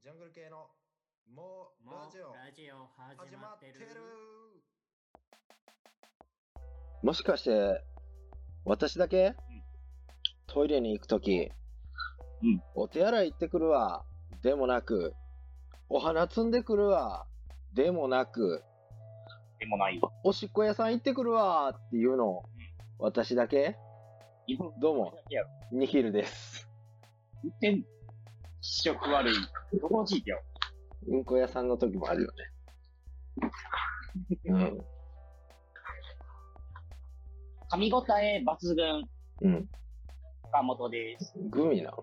ジャングル系のもうラジオ始まってる。 もしかして私だけ、トイレに行くとき、お手洗い行ってくるわでもなく、お花摘んでくるわでもなく、 でもないわ。 おしっこ屋さん行ってくるわっていうの、私だけ？どうも、ニヒルです。 言ってんの？気色悪い。どこの地域やろ？ うんこ屋さんの時もあるよね。 噛み応え抜群。岡本です。 グミなの？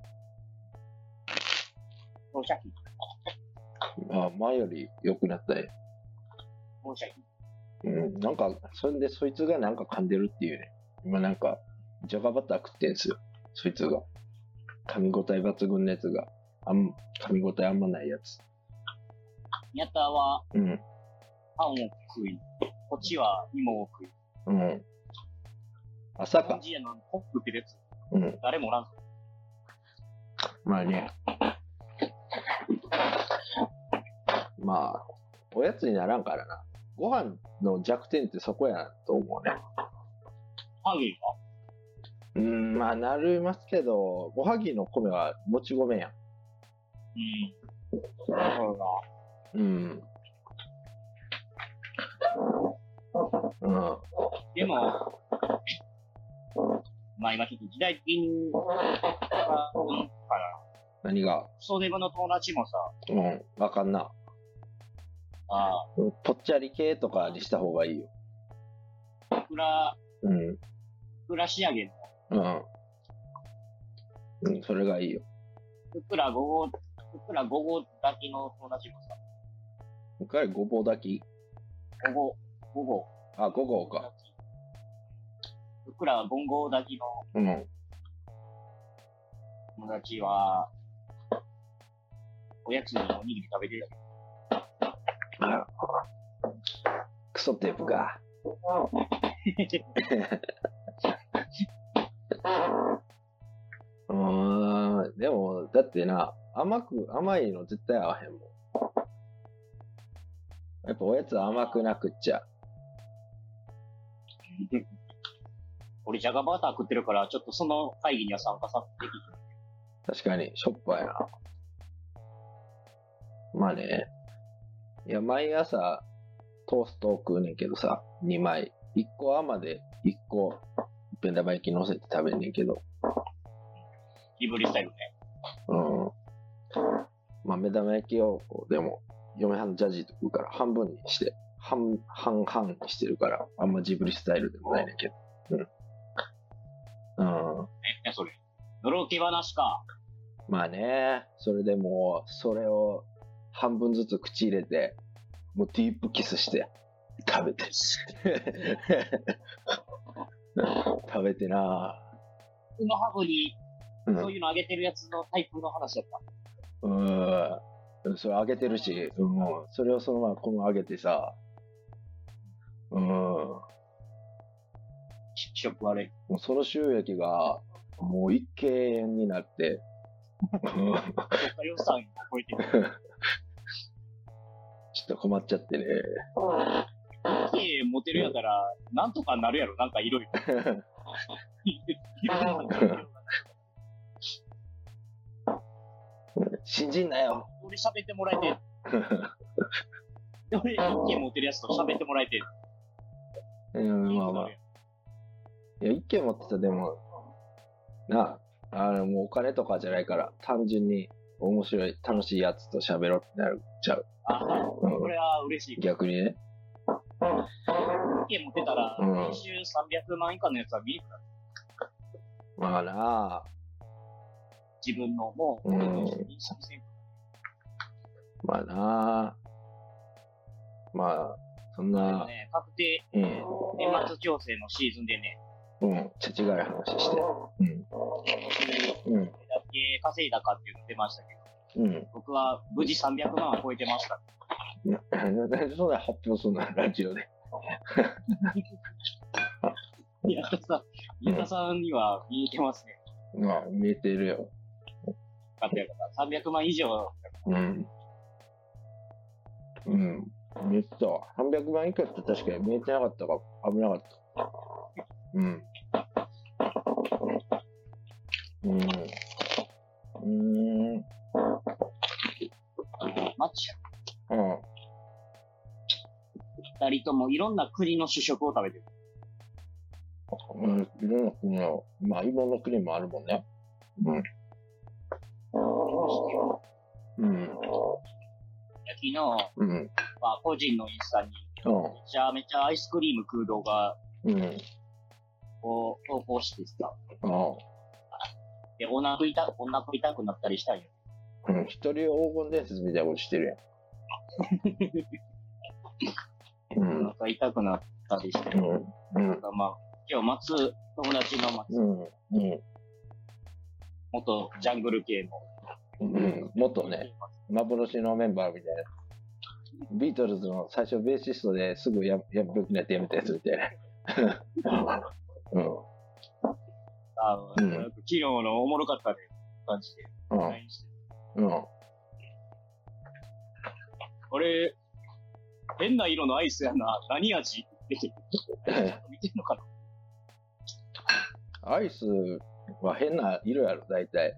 放射器。 前より良くなったね。 放射器。 なんか、それでそいつがなんか噛んでるっていうね。今なんか、ジャガバター食ってんすよ。そいつが。噛み応え抜群のやつが。噛み応えあんまないやつ。 宮田は、パンを食い。こっちは芋を食い。 朝か。 日本人やのにホップってやつ。誰もおらんぞ。 まあね。まあ、おやつにならんからな。ご飯の弱点ってそこやなと思うね。 ハギは？ まあ、なりますけど、おはぎの米はもち米やん。 なるほどな。でも、まあ今ちょっと時代的に、 何が？ クソデブの友達もさ、 わかんな。ぽっちゃり系とかにした方がいいよ。 ふっくら仕上げの。 それがいいよ。 ふっくらごぼう炊きの友達もさ。 ふっくらごぼう炊き？ ごぼう。 あ、ごぼうか。 ふっくらごぼう炊きの友達は、おやつにおにぎり食べてたけど。 クソテープか。でも、だってな、甘いの絶対合わへんもん。やっぱおやつは甘くなくっちゃ。 俺、ジャガバター食ってるから、ちょっとその会議には参加できる。 確かに、しょっぱいな。まあね。いや、毎朝、トーストを食うねんけどさ、2枚。1個甘で、1個、ペン玉焼き乗せて食べんねんけど。 いぶりスタイルね。 まあ、目玉焼きを、でも、嫁はんのジャジーと食うから、半分にして、半々にしてるから、あんまジブリスタイルでもないねんけど。 それ。のろけ話か。 まあね、それでもう、それを半分ずつ口入れて、もうディープキスして、食べて。食べてなぁ。のハブに、そういうのあげてるやつのタイプの話だった。 それあげてるし、それをそのままこのあげてさ、 気色悪い。 もうその収益が、もう一軒になって、 予算を超えてる。 ちょっと困っちゃってね。 家持てるやったら、なんとかなるやろ、なんかいろいろ。 信じんなよ。 俺喋ってもらえて俺、家持ってるやつと喋ってもらえてまあまあ。いや、一軒持ってたでも、もうお金とかじゃないから、単純に面白い、楽しいやつと喋ろうってなっちゃう。 これは嬉しい。 逆にね。 一軒持ってたら、年収300万以下のやつは見えるから。 まあな自分のもう、 まあなまあ、そんな。 ね、確定、年末調整のシーズンでね、 ちゃちがい話して。だけ稼いだかっていうの出ましたけど、僕は無事300万を超えてました。 なんでそんな発表するのラジオで。 宮田さんには見えてますね。 見えてるよ。 買ったやから、300万以上。 めっちゃ、300万以下って確かに見えてなかったか、危なかった。 マッチ。二人ともいろんな国の主食を食べてる。 いろんな国の、まあ、いろんな国もあるもんね。 昨日、まあ、個人のインスタに、めちゃめちゃアイスクリーム食う動画を投稿してさ、で、お腹痛くなったりしたんよ。 一人黄金伝説みたいなことしてるやん。お腹痛くなったりして、なんかまあ、今日友達の元ジャングル系の、 元ね、幻のメンバーみたいな。ビートルズの最初ベーシストですぐ病気になってやめたやつみたいな。 昨日のおもろかったね、感じで。あれ、変な色のアイスやな。何味ってちゃんと見てんのかな。アイスは変な色やろ、大体。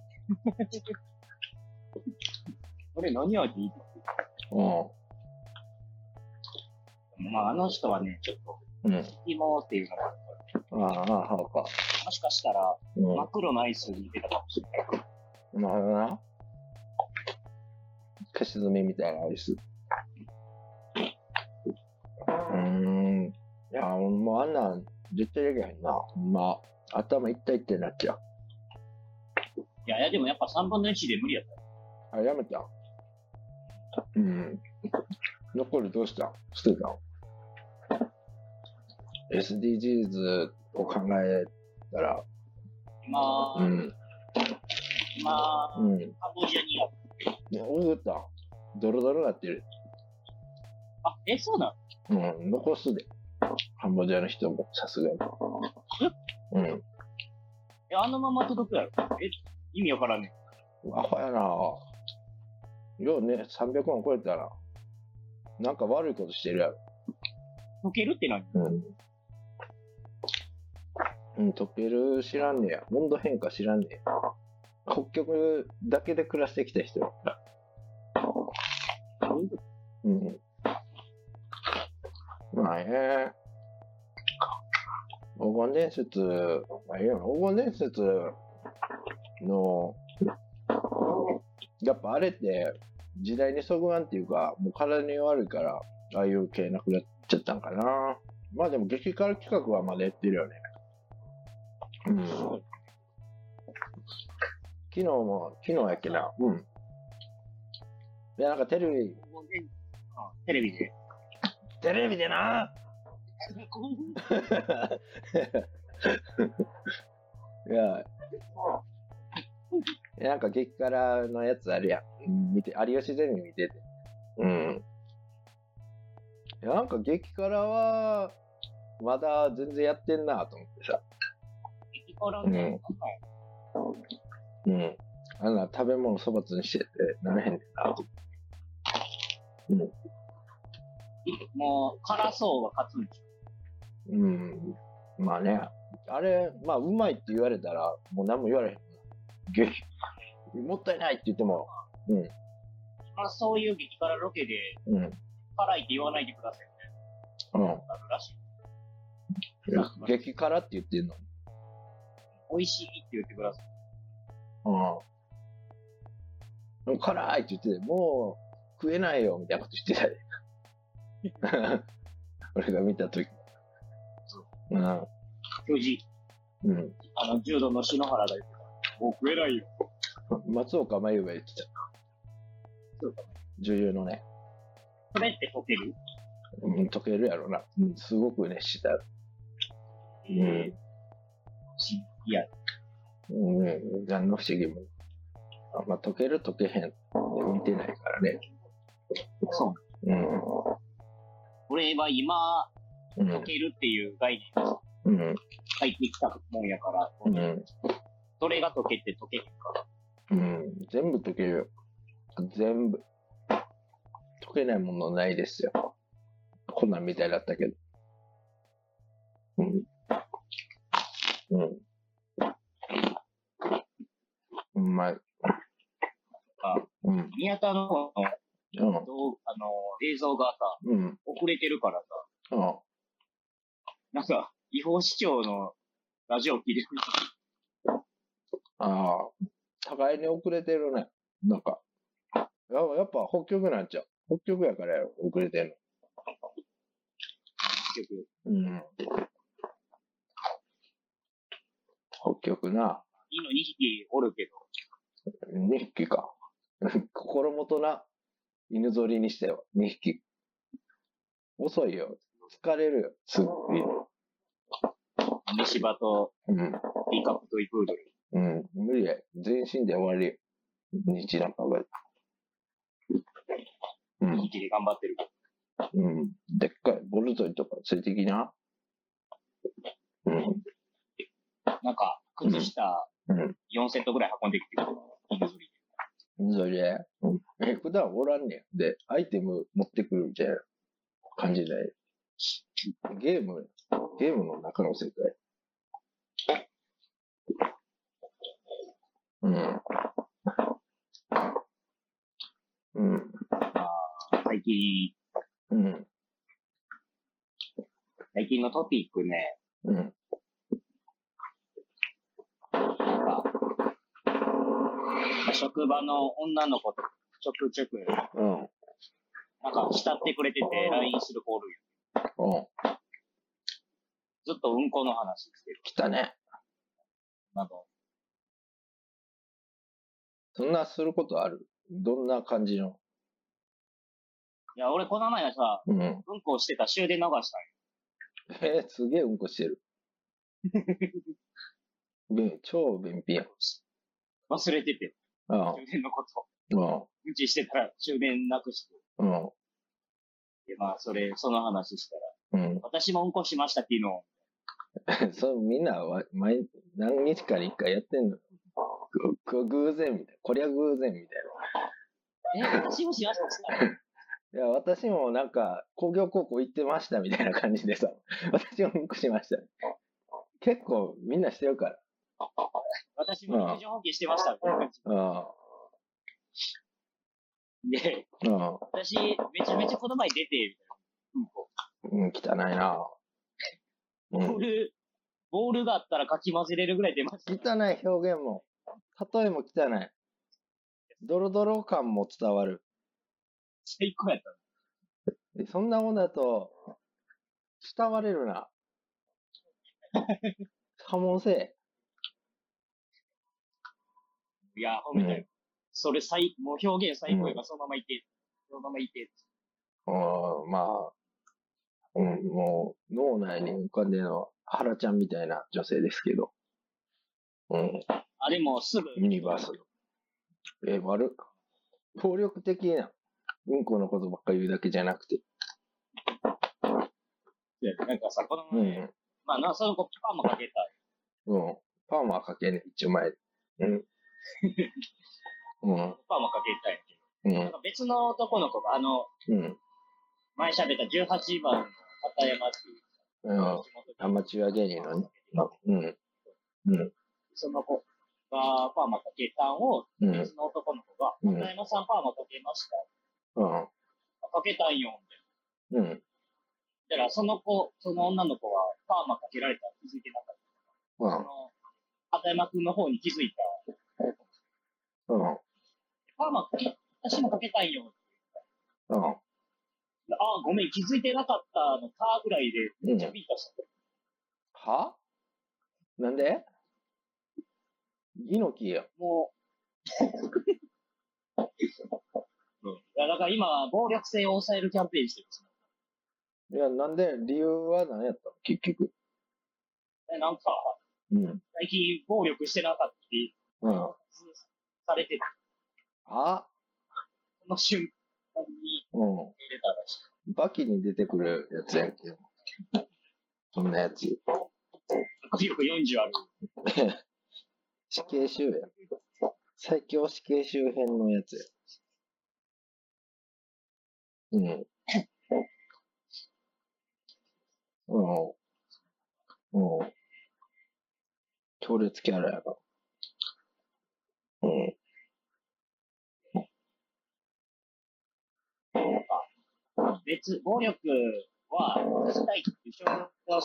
あれ、何味？まあ、あの人はね、ちょっと、芋っていうのがあるから。もしかしたら、真っ黒のアイスに出たかもしれない。 なるほどな。消し炭みたいなアイス。いや、もうあんなん絶対できへんな。まあ、頭痛いってなっちゃう。 いや、でもやっぱ3分の1で無理やった。 やめた。残りどうした捨てたの？ SDGs を考えたら、 今、カンボジアにある。 おった。ドロドロなってる。 そうなの？残すで。カンボジアの人もさすがに。 あのまま届くやろ。意味わからんねん。 アホやな。ようね、300万超えたら、なんか悪いことしてるやろ。 溶けるって何？ 溶ける知らんねや。温度変化知らんねや。北極だけで暮らしてきた人や。まあ黄金伝説、黄金伝説の、やっぱあれって時代にそぐわんっていうか、もう体に悪いから、ああいう系なくなっちゃったんかな。まあでも激辛企画はまだやってるよね。昨日やっけな。いや、なんかテレビでな。いや、なんか激辛のやつあるやん。有吉ゼミ見てて。いや、なんか激辛は、まだ全然やってんなと思ってさ。 激辛ね。 あんな食べ物粗末にしてて、なれへんねんなと思って。 もう、辛そうが勝つんでしょ。まあね。あれ、まあ、うまいって言われたら、もう何も言われへん。もったいないって言っても、 そういう激辛ロケで、辛いって言わないでくださいね。あるらしい。激辛って言ってんの？ 美味しいって言ってください。 辛いって言ってて、もう食えないよみたいなこと言ってたで。俺が見たとき。 巨人。柔道の篠原が言ってた。もう食えないよ。 松岡真優が言ってた。女優のね。 それって溶ける？ 溶けるやろな。すごくね、した。 いや。 何の不思議も。まあ、溶ける溶けへんって見てないからね。 そう。俺は今、溶けるっていう概念が入ってきたもんやから、それが溶けて溶けへんから。 全部溶ける。全部。溶けないものないですよ。こんなんみたいだったけど。うまい。 宮田の方の、映像がさ、遅れてるからさ、なんか、違法視聴のラジオ聞いてる。 互いに遅れてるね。なんか。やっぱ北極なんちゃう。北極やから遅れてんの。北極な。 犬2匹おるけど。2匹か。心もとな。犬ぞりにしてよ。2匹。遅いよ。疲れるよ。すっごい。 虫歯と、ティーカップトイプードル。 無理や。全身で終わりよ。日なんかが。 2匹で頑張ってる。 でっかいボルトイとかついてきな。 なんか、靴下4セットぐらい運んできてくる。犬ぞりで。 犬ぞりで。普段おらんねん。で、アイテム持ってくるみたいな感じで。ゲームの中の世界。 最近のトピックね。職場の女の子とちょくちょく、なんか慕ってくれてて LINE する子おるよ。ずっとうんこの話してる。 来たね。そんなすることある？どんな感じの？ いや、俺この前さ、うんこしてた終電流したんよ。 すげえうんこしてる。超便秘やん。 忘れてて。終電のこと。うんちしてたら終電なくして。で、まあ、その話したら、私もうんこしましたっていうのを。 みんな何日かに一回やってんの。偶然みたいな。こりゃ偶然みたいな。私もしましたいや、私もなんか、工業高校行ってましたみたいな感じでさ、私もうんこしました。結構みんなしてるから。 私も陸上ホッケーしてましたみたいな感じ。で、私、めちゃめちゃこの前出て、 汚いなボールがあったらかき混ぜれるぐらい出ました。 汚い表現も、例えも汚い。ドロドロ感も伝わる。 最高やった。 そんなもんだと、慕われるな。破門せえ。 いや、褒めたよ。それもう表現最高やから、そのままいて。そのままいて。 まあ、もう脳内に浮かんでるのは、原ちゃんみたいな女性ですけど。 あれもすぐ。 ユニバース。悪っ。暴力的な。うんこのことばっかり言うだけじゃなくて。 なんかさ、この前、まあ、その子パーマかけたい。 パーマかけね、一応前。 パーマかけたいけど。なんか別の男の子が、前喋った18番の片山っていう。 アマチュア芸人のね。 その子がパーマかけたんを、別の男の子が、片山さんパーマかけました。かけたんよ。だからその女の子はパーマかけられたら気づいてなかった。片山くんの方に気づいた。パーマ私もかけたんよ。ごめん、気づいてなかったのかぐらいで、めっちゃビータした。 は？なんで？猪木や。 もう。いや、だから今、暴力性を抑えるキャンペーンしてるんですよ。いや、なんで、理由は何やったの結局。 なんか、最近暴力してなかったって、されてる。 その瞬間に出たらしい。 バキに出てくるやつやんけど。そんなやつ。 迫力40ある。 死刑囚や。 最強死刑周辺のやつや。うん。うん。うん。強烈キャラやな。うん。 暴力はしたいっていう衝動が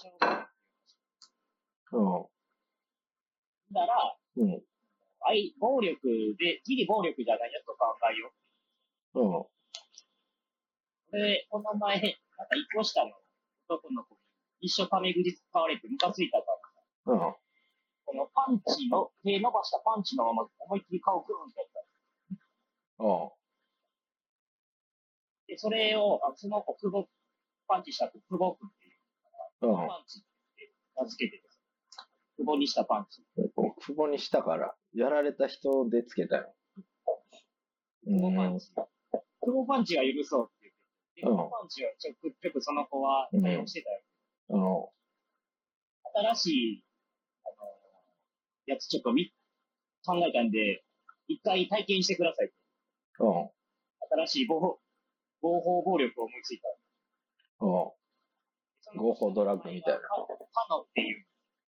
うん。だから、うん。暴力で、ギリ暴力じゃないやつと考えよう。うん。で、この前、なんか一個下の男の子に一生タメ口使われてムカついたから。うん。このパンチの、手伸ばしたパンチのまま思いっきり顔グーンってやった。うん。で、それを、その子、パンチした子、久保君っていう。うん。パンチって名付けてて。久保にしたパンチ。 久保にしたから、やられた人でつけたよ。 久保パンチ。久保パンチが許そうって言って。久保パンチはちょくその子は対応してたよ。新しい、やつちょっと考えたんで、一回体験してください。新しい合法暴力を思いついた。 合法ドラッグみたいな。 カノっていう。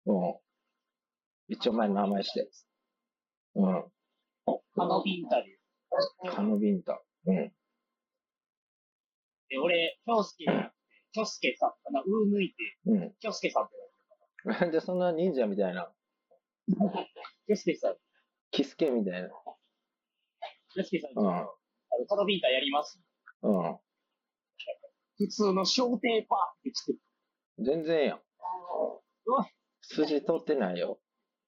一応前の名前して。 カノビンタで。 カノビンタ。 で、俺、キョスケさん、抜いて、キョスケさんって言われて。なんでそんな忍者みたいな。 キョスケさん。 キスケみたいな。 キョスケさん、カノビンタやります。普通の小テーパーって来てる。 全然やん。筋通ってないよ。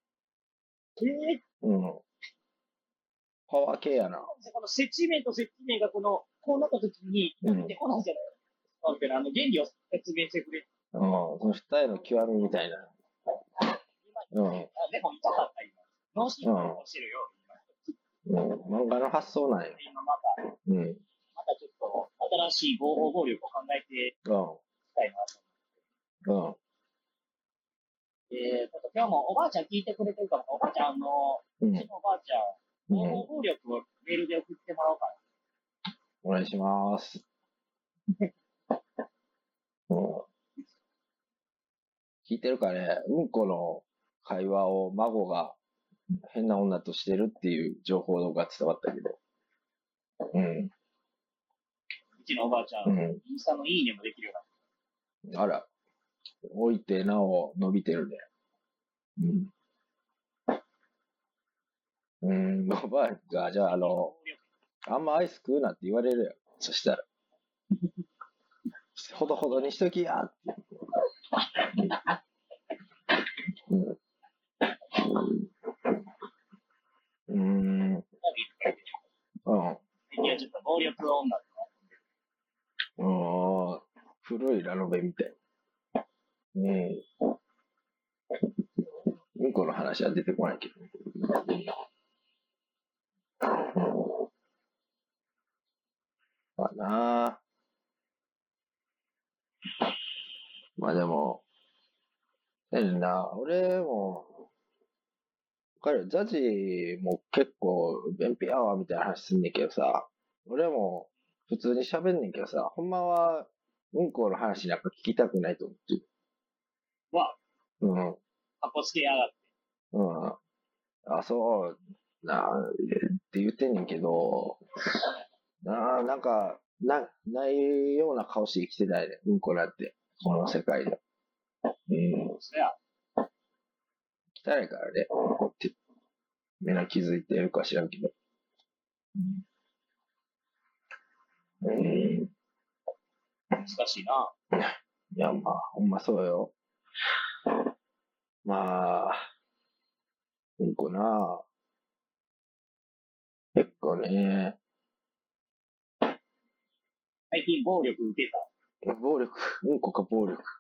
パワー系やな。 この接地面と接地面がこうなった時に、なんでこないじゃないですか。原理を説明してくれ。 その二重の極みみたいな。 でも痛かった今。脳震盪をしてるよ。 漫画の発想なんや。 今またちょっと新しい合法暴力を考えていきたいなと思って。今日もおばあちゃん聞いてくれてるから、おばあちゃんうちのおばあちゃん、合法暴力をメールで送ってもらおうかな。 お願いします。聞いてるかね、うんこの会話を孫が変な女としてるっていう情報が伝わったけど。 うちのおばあちゃん、インスタのいいねもできるような。あら、置いてなお伸びてるね。おばあが、じゃああんまアイス食うなって言われるよ。そしたら。ほどほどにしときやって。 いや、ちょっと暴力女古いラノベみたい。うんこの話は出てこないけど。まあなまあでも、俺も、ザジも結構便秘やわみたいな話すんねんけどさ、俺も普通に喋んねんけどさ、ほんまはうんこの話なんか聞きたくないと思ってる。 かっこつけやがって。 そう、って言ってんねんけど、なんか、ないような顔して生きてないね。うんこなんて。この世界で。汚いからね、うんこって。みんな気づいてるか知らんけど。 難しいな。 いや、まあ、ほんまそうよ。まあ、うんこな。結構ね。 最近暴力受けた。暴力、うんこか暴力。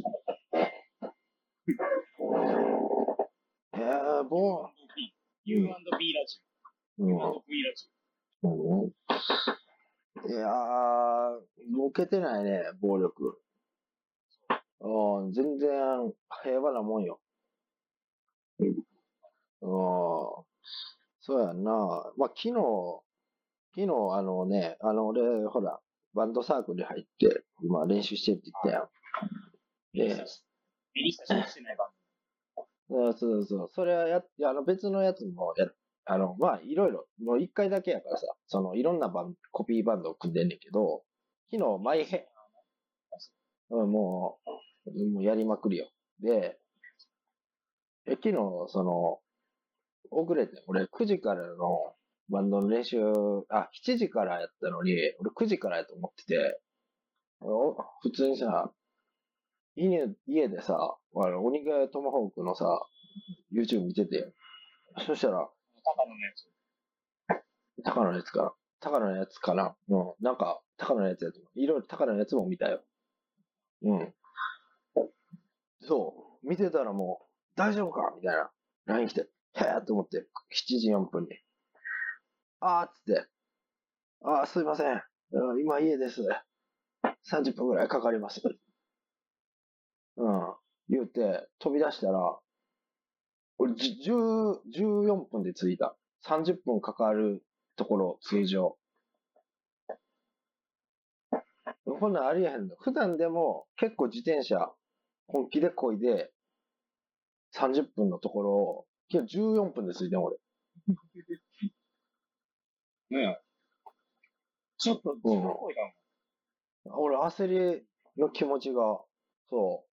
U&B ラジオ。U&B ラジオ。いやー、受けてないね、暴力。全然平和なもんよ。 そうやんな。まあ、昨日、俺、ほら、バンドサークルに入って、今練習してって言ったやん。 ミリスタしてないバンド。そうそう。それは別のやつもまあ、いろいろ、もう一回だけやからさ、いろんなコピーバンドを組んでんねんけど、昨日、もうやりまくりよ。で、昨日、遅れて、俺9時からのバンドの練習、7時からやったのに、俺9時からやと思ってて、普通にさ、家でさ、鬼越トマホークのさ、YouTube 見てて、そしたら、 高野のやつ。 高野のやつか。高野のやつかな。うん。なんか、高野のやついろいろ高野のやつも見たよ。うん。そう。見てたらもう、大丈夫かみたいな。LINE 来て、へーと思って、7時4分に。あーっつって、すいません。今家です。30分ぐらいかかります。うん。言うて、飛び出したら、俺、14分で着いた。30分かかるところ、通常。こんなんありえへんの。普段でも結構自転車、本気で漕いで、30分のところを、今日14分で着いてん、俺。 ねえ。ちょっと、自分こいだもん。俺、焦りの気持ちが、そう。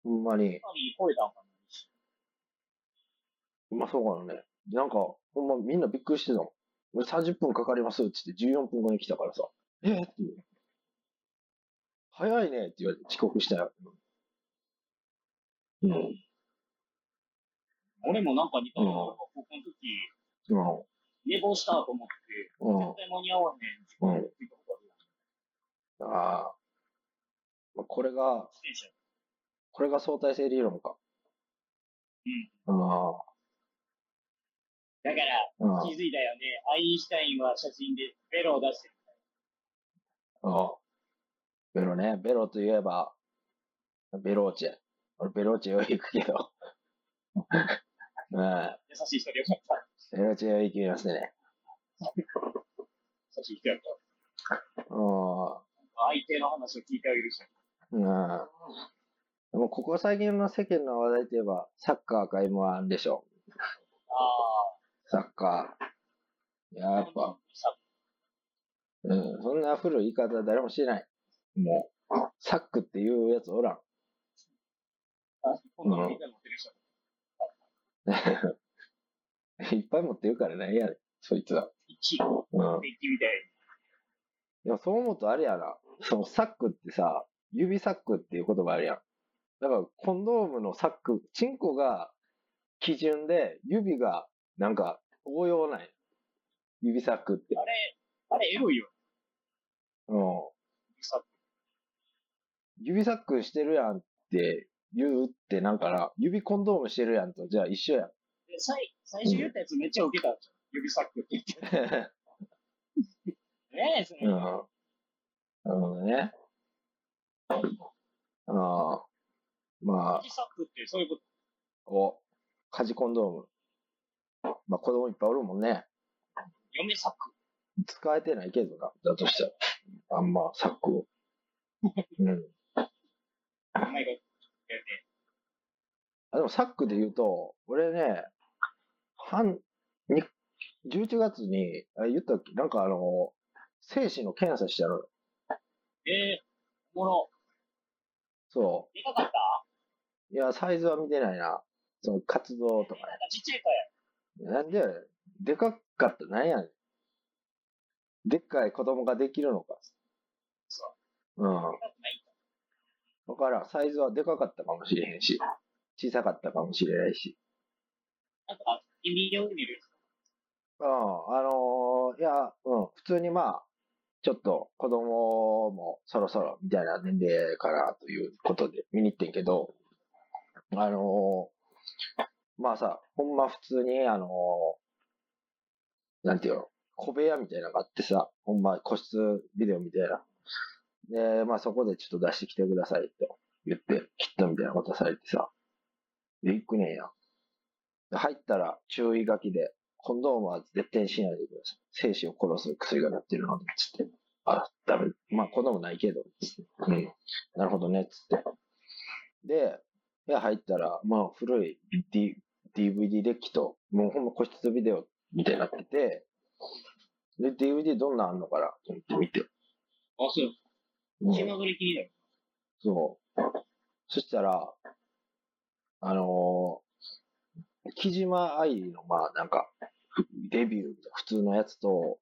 ほんまに。まあそうかもね。なんか、ほんまみんなびっくりしてたもん。俺30分かかりますって言って14分後に来たからさ。って。早いねって言われて遅刻したよ。 うん。俺もなんか似たような高校の時、寝坊したと思って、絶対間に合わへんって言ったことある。 ああ。これが相対性理論か。 うん。だから、気づいたよね。アインシュタインは写真でベロを出してる。 ベロね。ベロといえば、ベローチェ。俺、ベローチェよ行くけど。 優しい人でよかった。 ベローチェよ行きますね。 優しい人やった。相手の話を聞いてあげるし。 でもここ最近の世間の話題といえば、サッカーか M1 でしょ。サッカー。やっぱ。そんな古い言い方誰もしてない。もう、サックっていうやつおらん。いっぱい持ってるからね、いや、そいつは。でもそう思うとあれやな。サックってさ、指サックっていう言葉あるやん。だから、コンドームのサック、チンコが基準で、指が、なんか、応用ない。指サックって。 あれエロいよ。 指サックしてるやんって言うってなんかな、指コンドームしてるやんと、じゃあ一緒やん。 最初言ったやつめっちゃウケたんじゃん。指サックって言って。ねえ、それ。なるほどね。まあ。 指サックってそういうこと。家事コンドーム。まあ子供いっぱいおるもんね。 嫁サック。 使えてないけどな、だとしたら。あんま、サックを。でもサックで言うと、俺ね、11月に、言ったっけなんか精子の検査したの。 おもろ。 そう。 でかかった？ いや、サイズは見てないな。その活動とかね。 なんかちっちゃいかや。なんで、でかかったなんやねん。でっかい子供ができるのか。 そう。 だからん、サイズはでかかったかもしれへんし、小さかったかもしれないし。 なんか、意味を見る。 いや、普通にまあ、ちょっと子供もそろそろみたいな年齢からということで見に行ってんけど、まあさ、ほんま普通になんていうの、小部屋みたいなのがあってさ、ほんま個室ビデオみたいな。で、まあそこでちょっと出してきてくださいと言って、キットみたいな渡されてさ、で、行くねんや。 入ったら注意書きで、コンドームは絶対にしないでください。精子を殺す薬がなってるので、つって。あ、ダメ。まあ、コンドームないけど、つって。うん。なるほどね、つって。で、部屋入ったら、まあ、古い、DVD デッキと、もうほんま個室ビデオみたいになってて、で、DVD どんなんあんのかなと思って見て。 あ、そう。気まぐれ気になる。 そう。そしたら、木島愛理の、まあ、なんか、デビュー、普通のやつと、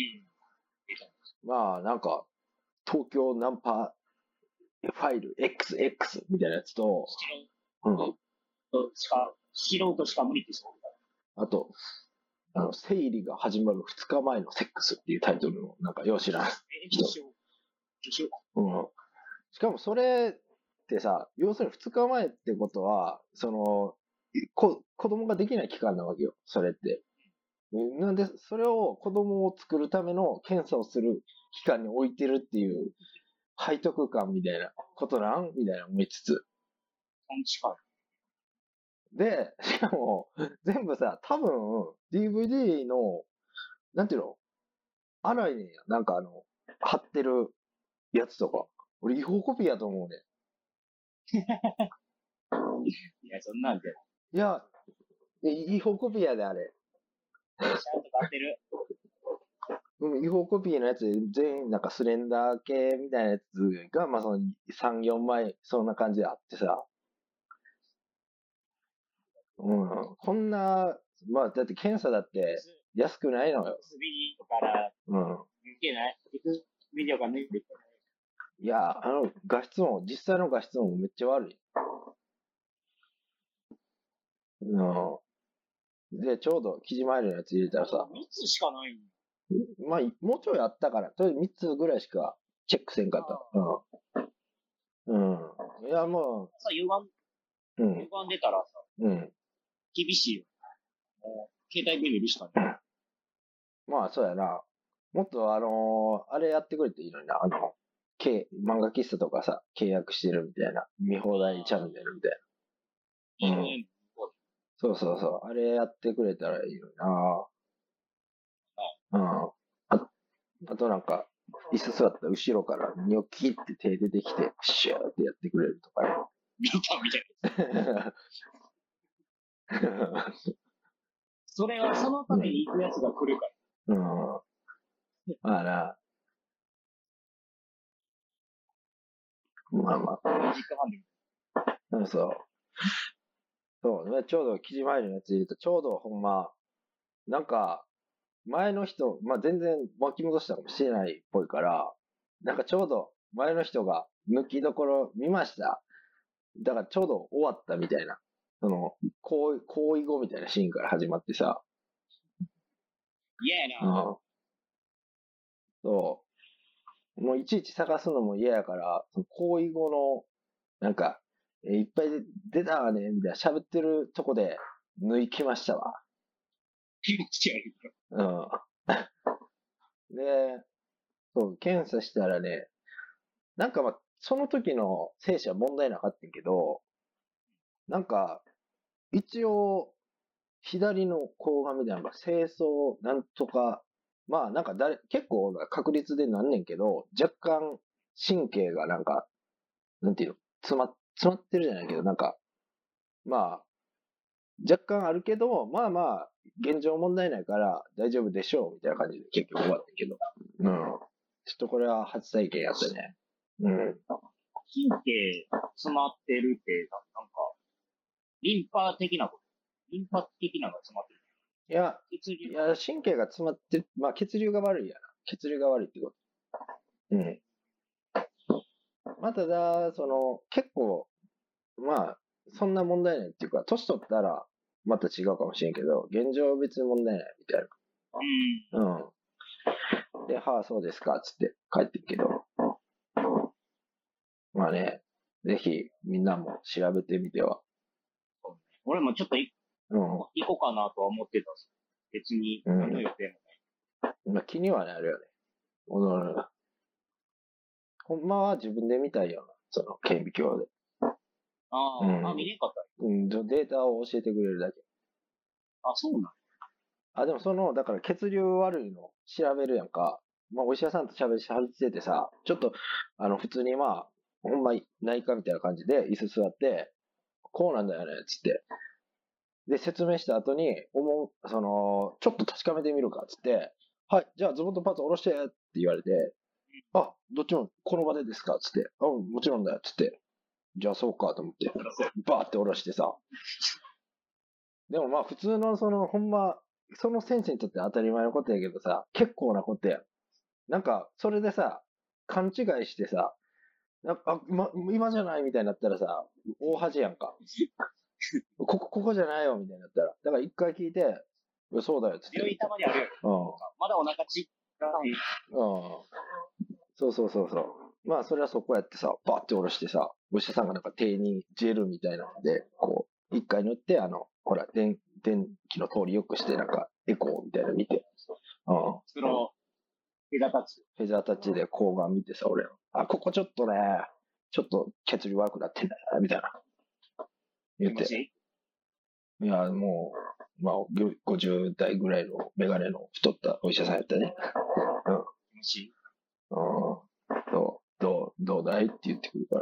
まあ、なんか、東京ナンパファイル XX みたいなやつと、 うん。素人しか無理です。 あと、生理が始まる2日前のセックスっていうタイトルの、なんか、よう知らん人。うん。しかもそれってさ、要するに2日前ってことは、子供ができない期間なわけよ、それって。なんで、それを子供を作るための検査をする期間に置いてるっていう、背徳感みたいなことなんみたいな思いつつ。で、しかも、全部さ、多分、DVD の、なんていうの荒いねんや。なんか貼ってるやつとか。俺違法コピーやと思うね。 いや、そんなんで。 いや、違法コピーやで、あれ。 ちゃんと買ってる。 違法コピーのやつで全員なんかスレンダー系みたいなやつが、まあその3、4枚、そんな感じであってさ。うん。こんな、まあだって検査だって安くないのよ。 ビデオから、抜けないビデオが抜いていや、画質も、実際の画質もめっちゃ悪い。で、ちょうど生地マイルのやつ入れたらさ。 3つしかないんまあ、もうちょいあったから、とりあえず3つぐらいしかチェックせんかった。うん。いや、もう。さ、歪んでたらさ、厳しいよ。携帯で見るしかない。 まあ、そうやな。もっとあれやってくれていいのにな。漫画喫茶とかさ、契約してるみたいな。見放題チャンネルみたいな。そうそうそう。あれやってくれたらいいのにな。あとなんか、椅子座った後ろからニョキって手出てきて、シューってやってくれるとかね。 見たい。それはそのために行くやつが来るから。 まあな。まあまあ。そう。そうね、ちょうど生地前のやつ入れたちょうどほんま、なんか、前の人、まあ全然巻き戻したかもしれないっぽいから、なんかちょうど前の人が抜きどころ見ました。だからちょうど終わったみたいな、行為後みたいなシーンから始まってさ。 嫌やな。 そう。もういちいち探すのも嫌やから、行為後の、なんか、いっぱい出たわね、みたいな喋ってるとこで抜きましたわ。うん。で、そう、検査したらね、なんかまあ、その時の精子は問題なかったけど、なんか、一応、左の睾丸みたいなのが清掃なんとか、まあなんか結構確率でなんねんけど、若干神経がなんか、なんていうの、詰まってるじゃないけど、なんか、まあ、若干あるけど、まあまあ、現状問題ないから大丈夫でしょう、みたいな感じで結局終わったけど。ちょっとこれは初体験やったね。 神経詰まってるって、なんか、リンパ的なのが詰まってる。 いや、神経が詰まってる、まあ血流が悪いやな。血流が悪いってこと。まあただ、結構、まあ、そんな問題ないっていうか、年取ったらまた違うかもしれんけど、現状別に問題ないみたいな。で、はあ、そうですか、つって帰ってくけど。まあね、ぜひみんなも調べてみては。 俺もちょっと行こうかなとは思ってたし、別に何の予定もない。まあ気にはなるよね。ほんまは自分で見たいよな、顕微鏡で。 見れんかった。 データを教えてくれるだけ。 あ、そうなんあ、でもだから血流悪いの調べるやんか。まあ、お医者さんと喋りはっててさ、ちょっと、普通にまあ、ほんま内科みたいな感じで椅子座って、こうなんだよね、つって。で、説明した後に、ちょっと確かめてみるか、つって、はい、じゃあズボンとパンツ下ろしてって言われて、あ、どっちもこの場でですか、つって、もちろんだよ、つって。じゃあそうかと思って、バーって下ろしてさ。でもまあ普通のほんま、その先生にとって当たり前のことやけどさ、結構なことや。なんか、それでさ、勘違いしてさ、今じゃないみたいになったらさ、大恥やんか。ここじゃないよみたいになったら。だから一回聞いて、そうだよっつって。 病院たまにあるよ。まだお腹そうそうそうそう。まあ、それはそこやってさ、バーって下ろしてさ、お医者さんがなんか手にジェルみたいなので、こう、一回塗って、ほら、電気の通りよくして、なんか、エコーみたいなの見て。 その、フェザータッチ。 フェザータッチで抗がん見てさ、俺、ここちょっとね、ちょっと血流悪くなってんだよ、みたいな。言って。いや、もう、まあ、50代ぐらいのメガネの太ったお医者さんやったね。どうだいって言ってくるから。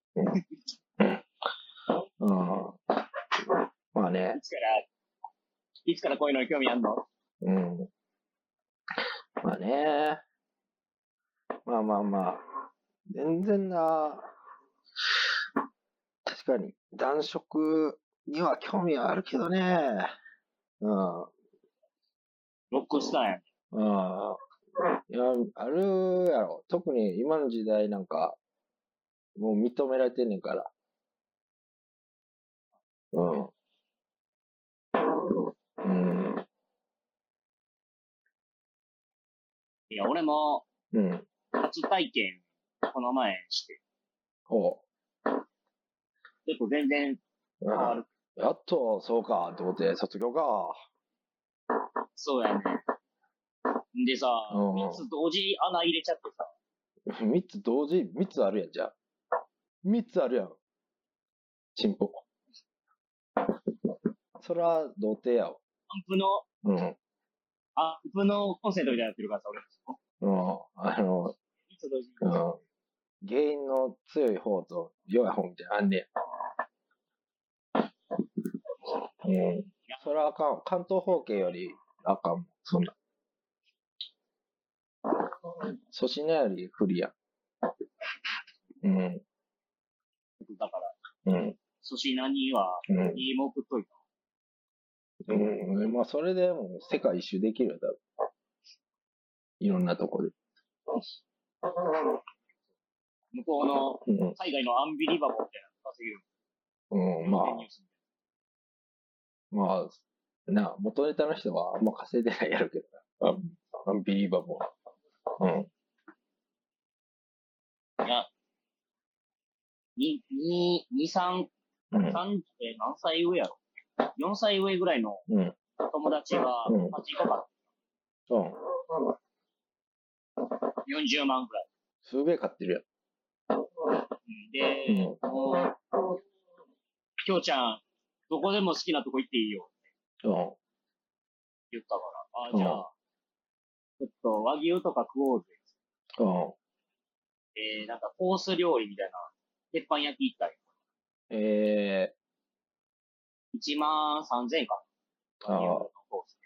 まあね。 いつからこういうのに興味あんの？ まあね。まあ。全然な。確かに、暖色には興味はあるけどね。 ロックスターやん。 いや、あるやろ。特に今の時代なんか、もう認められてんねんから。 いや、俺も、初体験、この前して。結構全然変わる。 やっと、そうか、童貞卒業か。 そうやね。でさ、3つ同時穴入れちゃってさ。 3つ同時 ?3 つあるやん、じゃあ。3つあるやん。チンポ。そら、童貞やわ。 アンプのコンセントみたいになってるからさ、俺。 原因の強い方と弱い方みたいなのあんねん。それはあかん。関東方形よりあかん。そんな。粗品より不利やん。 だから、粗品には、いいも送っといた。 まあ、それでもう世界一周できるよ、多分。いろんなとこで。 向こうの、海外のアンビリバボーみたいなの稼げる。 まあ、元ネタの人はあんま稼いでないやるけどな。アンビリバボー。 いや、何歳上やろ ?4 歳上ぐらいの友達がパチンコ買って。40万ぐらい。 すげえ買ってるやん。で、もう、きょうちゃん、どこでも好きなとこ行っていいよ。言ったから、じゃあ、ちょっと和牛とか食おうぜ。なんかコース料理みたいな、鉄板焼き行ったり。13,000円かな。和牛のコース。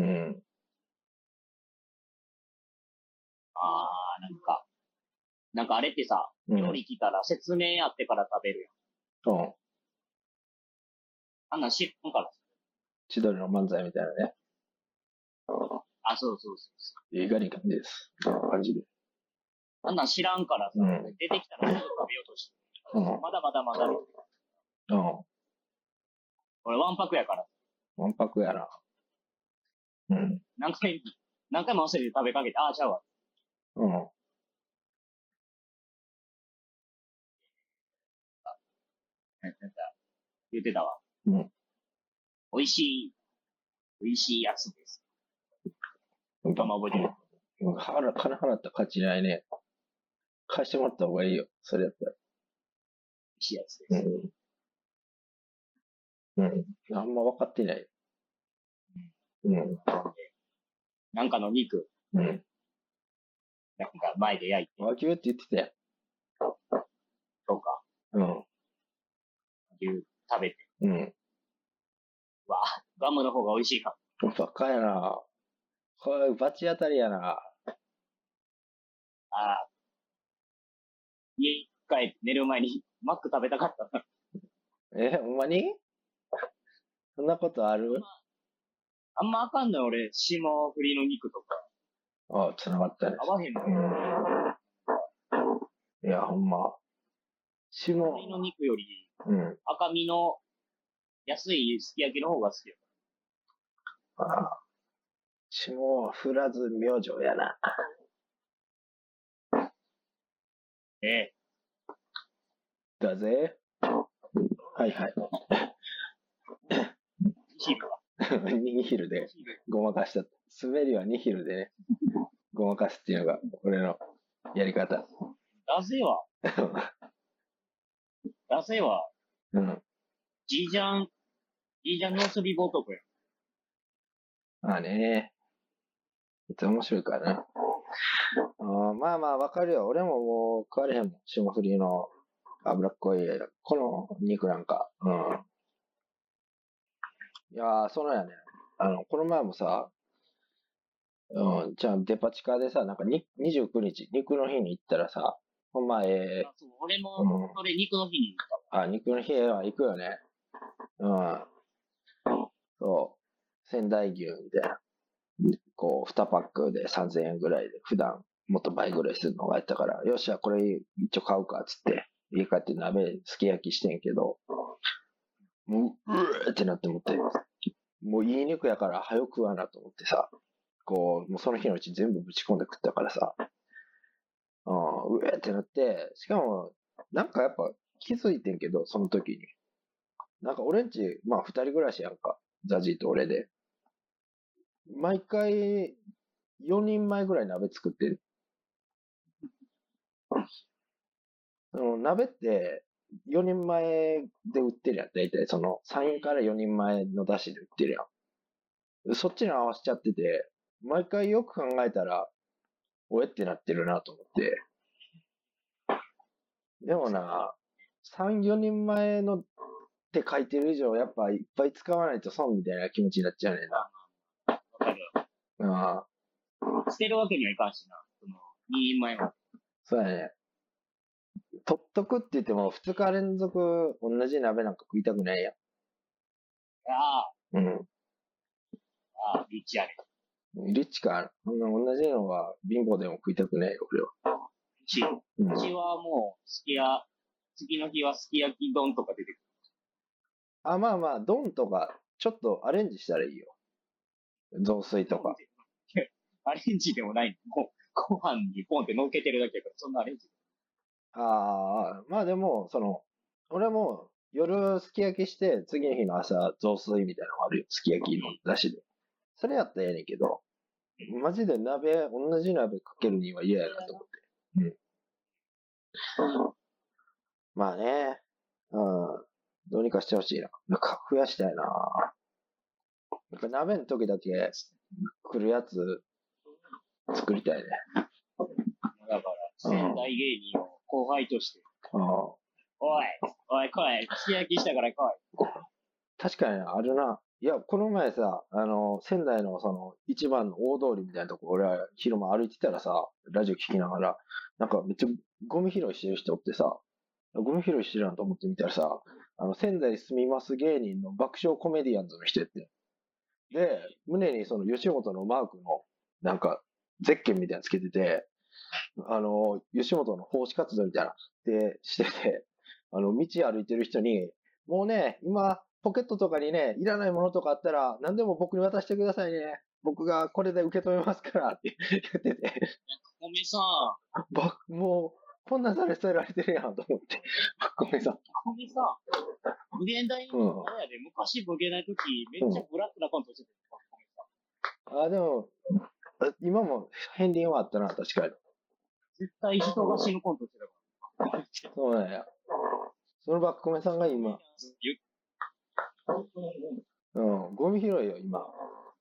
なんかあれってさ、料理来たら説明あってから食べるやん。あんなん知らんから。 千鳥の漫才みたいなね。 そう。 映画に感じです。感じで。 あんなん知らんからさ、出てきたらすぐ食べようとして。まだ。俺ワンパクやから。 ワンパクやな。 何回も忘れて食べかけて、ちゃうわ。言ってたわ。美味しいやつです。 金払った価値ないね。貸してもらった方がいいよ。それやったら。 美味しいやつです。 あんま分かってない。 なんかの肉、なんか前で焼いて。 和牛って言ってたよ。 そうか。和牛食べて。わあ、ガムの方が美味しいか。 バカやな。これ、バチ当たりやな。 家帰って寝る前にマック食べたかったな。 ほんまにそんなことある？ あんまあかんのよ、俺、霜降りの肉とか。 繋がったね。 合わへんの。 いや、ほんま。 霜降りの肉より、赤身の安いすき焼きの方が好きよ。 霜降らず明星やな。だぜ。はいはい。ニヒルでごまかした。滑りはニヒルでね、ごまかすっていうのが俺のやり方。 だぜはジージャンの遊び男や。 まあね。いつ面白いからな。まあまあわかるよ。俺ももう食われへんもん。霜降りの脂っこい、この肉なんか。いやー、そうなんやね。この前もさ、じゃあデパ地下でさ、なんか29日、肉の日に行ったらさ、ほんま俺も、それ肉の日に行った。 肉の日は行くよね。そう。仙台牛みたいな。こう、2パックで3000円ぐらいで、普段もっと倍ぐらいするのがやったから、よっしゃ、これ一応買うか、つって、家帰って鍋すき焼きしてんけど、もう、ってなって思って、もういい肉やから早く食わなと思ってさ、こう、もうその日のうち全部ぶち込んで食ったからさ、ってなって、しかも、なんかやっぱ気づいてんけど、その時に。なんか俺んち、まあ2人暮らしやんか。ザジーと俺で。毎回、4人前ぐらい鍋作ってる。鍋って、4人前で売ってるやん。だいたいその3から4人前の出汁で売ってるやん。そっちに合わせちゃってて、毎回よく考えたら、おえってなってるなと思って。でもな、3、4人前のって書いてる以上、やっぱいっぱい使わないと損みたいな気持ちになっちゃうねんな。 わかる。捨てるわけにはいかんしな。その、2人前は。 そうやね。取っとくって言っても、2日連続同じ鍋なんか食いたくないやん。 リッチあれ。 リッチか。同じのは貧乏でも食いたくないよ、俺は。 うちはもう、次の日はすき焼き丼とか出てくる。 まあまあ、丼とか、ちょっとアレンジしたらいいよ。雑炊とか。 アレンジでもない。もう、ご飯にポンって乗っけてるだけだから、そんなアレンジ。 まあでも、俺も夜すき焼きして、次の日の朝、雑炊みたいなのあるよ。すき焼きの出汁で。それやったらええねんけど、マジで同じ鍋かけるには嫌やなと思って。まあね、どうにかしてほしいな。なんか増やしたいな。なんか鍋の時だけ来るやつ作りたいね。 だから、仙台芸人を後輩として。おい、来い。すき焼きしたから来い。 確かにあるな。いや、この前さ、仙台の一番の大通りみたいなとこ、俺は昼間歩いてたらさ、ラジオ聞きながら、なんかめっちゃゴミ拾いしてる人おってさ、ゴミ拾いしてるなと思ってみたらさ、仙台住みます芸人の爆笑コメディアンズの人やって。で、胸に吉本のマークの、なんか、ゼッケンみたいなのつけてて、吉本の奉仕活動みたいな、で、してて、道歩いてる人に、もうね、今、ポケットとかにね、いらないものとかあったら、何でも僕に渡してくださいね。僕がこれで受け止めますからって言ってて。 コメさん。もう、こんなされ伝えられてるやんと思って。コメさん。 コメさん。無限大のあれやで、昔無限大の時、めっちゃブラックなコントしてた。でも、今も片鱗はあったな、確かに。 絶対人が死ぬコントしてたから。 そうなんや。そのバックコメさんが今。ゴミ拾いよ、今。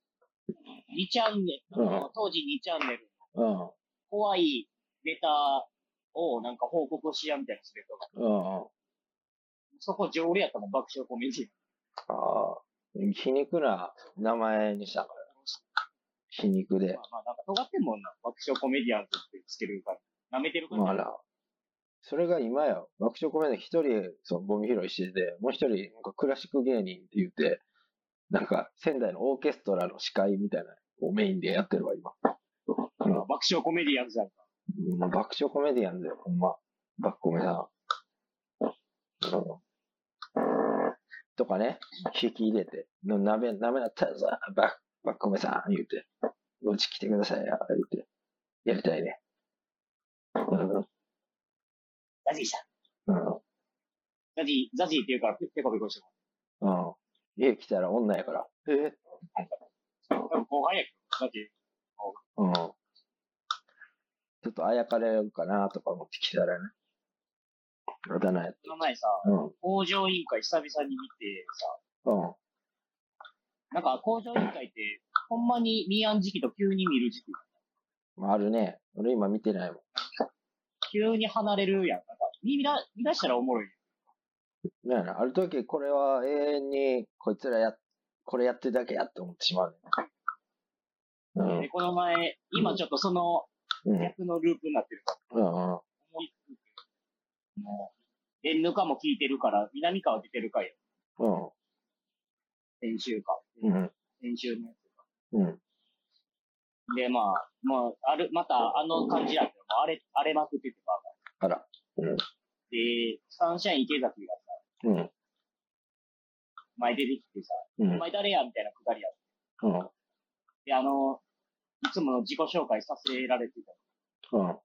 2チャンネル、当時2チャンネルの怖いネタをなんか報告しやみたいなスレッドが。そこ上流やったもん、爆笑コメディ。 皮肉な名前にしたから。皮肉で。 まあなんか尖ってんもんな。爆笑コメディアンズってつけるから。舐めてるから。 まあな。それが今よ。爆笑コメディアン一人、ゴミ拾いしてて、もう一人、クラシック芸人って言って、なんか仙台のオーケストラの司会みたいなのをメインでやってるわ、今。 爆笑コメディアンズやんか。 爆笑コメディアンズよ、ほんま。バッコメさん。とかね、引き入れて、鍋なったらさ、バッコメさん言うて、うち来てくださいよ、言うて、やりたいね。 ザジーさん。ザジーって言うからペコペコしても家来たら女やから。 多分後輩やけど、ザジー。 ちょっとあやかれるかなとか思ってきたらね。あだ名やって。 この前さ、工場委員会久々に見てさ、なんか工場委員会って、ほんまに見やん時期と急に見る時期。 あるね。俺今見てないもん。 急に離れるやん。なんか見出したらおもろい。 ねえ、ある時これは永遠にこいつらこれやってるだけやって思ってしまうね。で、この前、今ちょっとその、逆のループになってるから。思いつく。N かも聞いてるから、南川出てるかよ。先週か。先週のやつか。で、まあ、またあの感じだけど、荒れまくっててば。 あら。 で、サンシャイン池崎がさ、前出てきてさ、お前誰やみたいなくだりやって。で、いつもの自己紹介させられてた。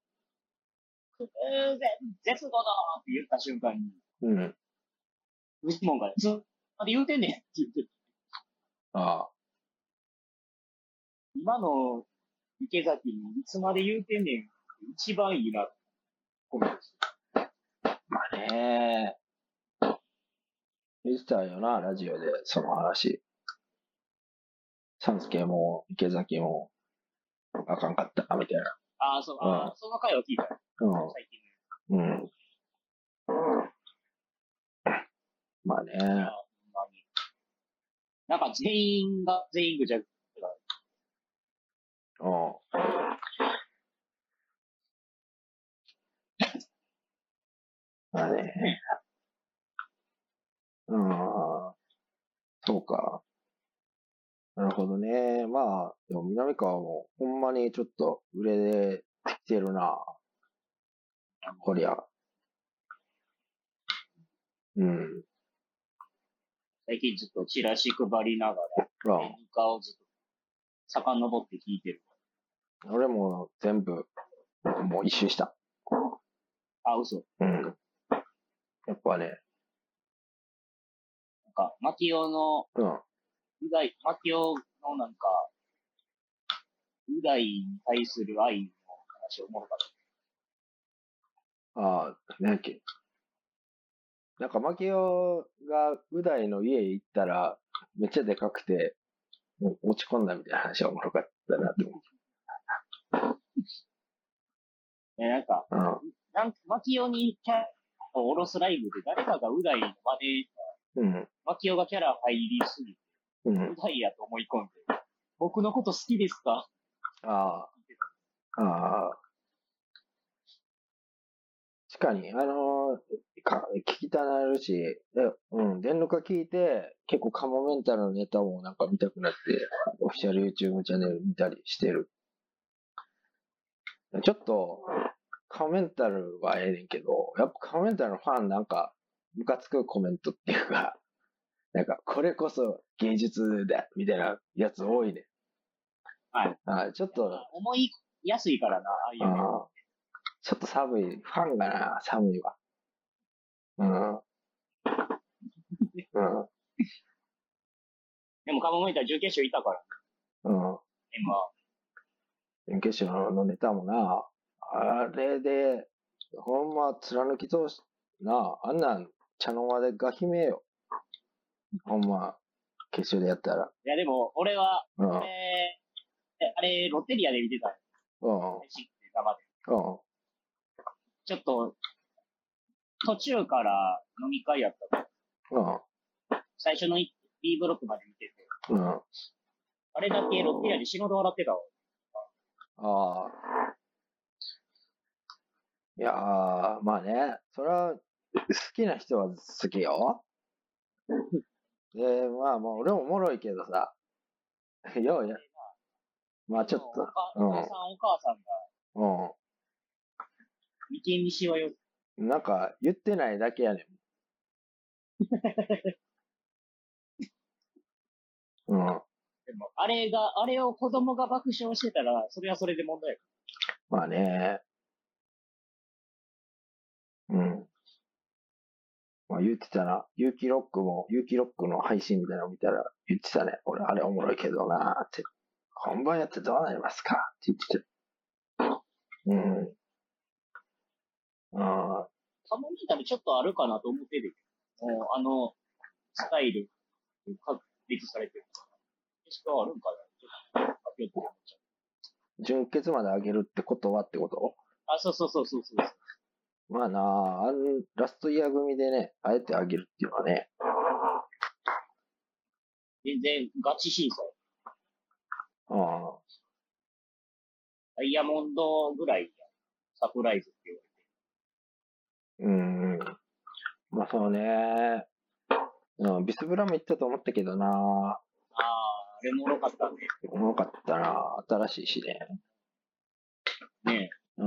絶後だって言った瞬間に、フジモンが、なんで言うてんねんって言って。今の池崎にいつまで言うてんねん一番いいな、コメントして。 まあね言ってたよな、ラジオで、その話。サンスケも池崎もあかんかった、みたいな。 その回は聞いたよ。最近。 まあね。 なんか全員が全員ぐちゃぐちゃ。 まあね。そうか。なるほどね。まあ、でも南川もほんまにちょっと売れてきてるな。こりゃ。 最近ずっとチラシ配りながら、演歌をずっと遡って聞いてる。 俺も全部、もう一周した。 嘘。 やっぱね。 なんか、マキオの、マキオのなんか、う大に対する愛の話を思うから。なんやっけ。なんか、マキオがう大の家行ったら、めっちゃでかくて、もう落ち込んだみたいな話はおもろかったなって思う。 なんか、マキオにキャラを下ろすライブで誰かがう大の真似、マキオがキャラ入りすぎて、う大やと思い込んで、僕のこと好きですか？ 確かに、聞きたなるし、電路化聞いて、結構カモメンタルのネタもなんか見たくなって、オフィシャル YouTube チャンネル見たりしてる。ちょっと、カモメンタルはええねんけど、やっぱカモメンタルのファンなんか、ムカつくコメントっていうか、なんか、これこそ芸術だみたいなやつ多いね。ちょっと。 思いやすいからな、ああいうの。 ちょっと寒い。ファンがな、寒いわ。 でもカモメンタル準決勝いたから。 準決勝のネタもな、あれで、ほんま貫き通し、あんなん茶の間でガヒメよ。ほんま。 決勝でやったら。 いや、でも、俺は、あれ、ロッテリアで見てたよ。 生で。ちょっと、途中から飲み会やったの。最初のB ブロックまで見てて。あれだけロッテリアで死ぬほど笑ってたわ。 いやー、まあね、それは、好きな人は好きよ。で、まあ、俺もおもろいけどさ。ようや。まあちょっと。 お母さんが。眉間にしわよ。 なんか、言ってないだけやねん。 でも、あれを子供が爆笑してたら、それはそれで問題。 まあね。まあ言ってたな。ユーキロックの配信みたいなの見たら言ってたね。俺、あれおもろいけどなーって。本番やってどうなりますかって言ってた。 サモメンタルちょっとあるかなと思ってるけど、スタイル、確立されてる。確かあるんかな準決まで上げるってことはってことそう。 まあなあ、ラストイヤー組でね、あえて上げるっていうのはね。 全然ガチ審査。ダイヤモンドぐらいサプライズって言われて。まあそうね。ビスブラも行ったと思ったけどな。 あれもおもろかったね。 おもろかったな。新しいしね。 ねえ。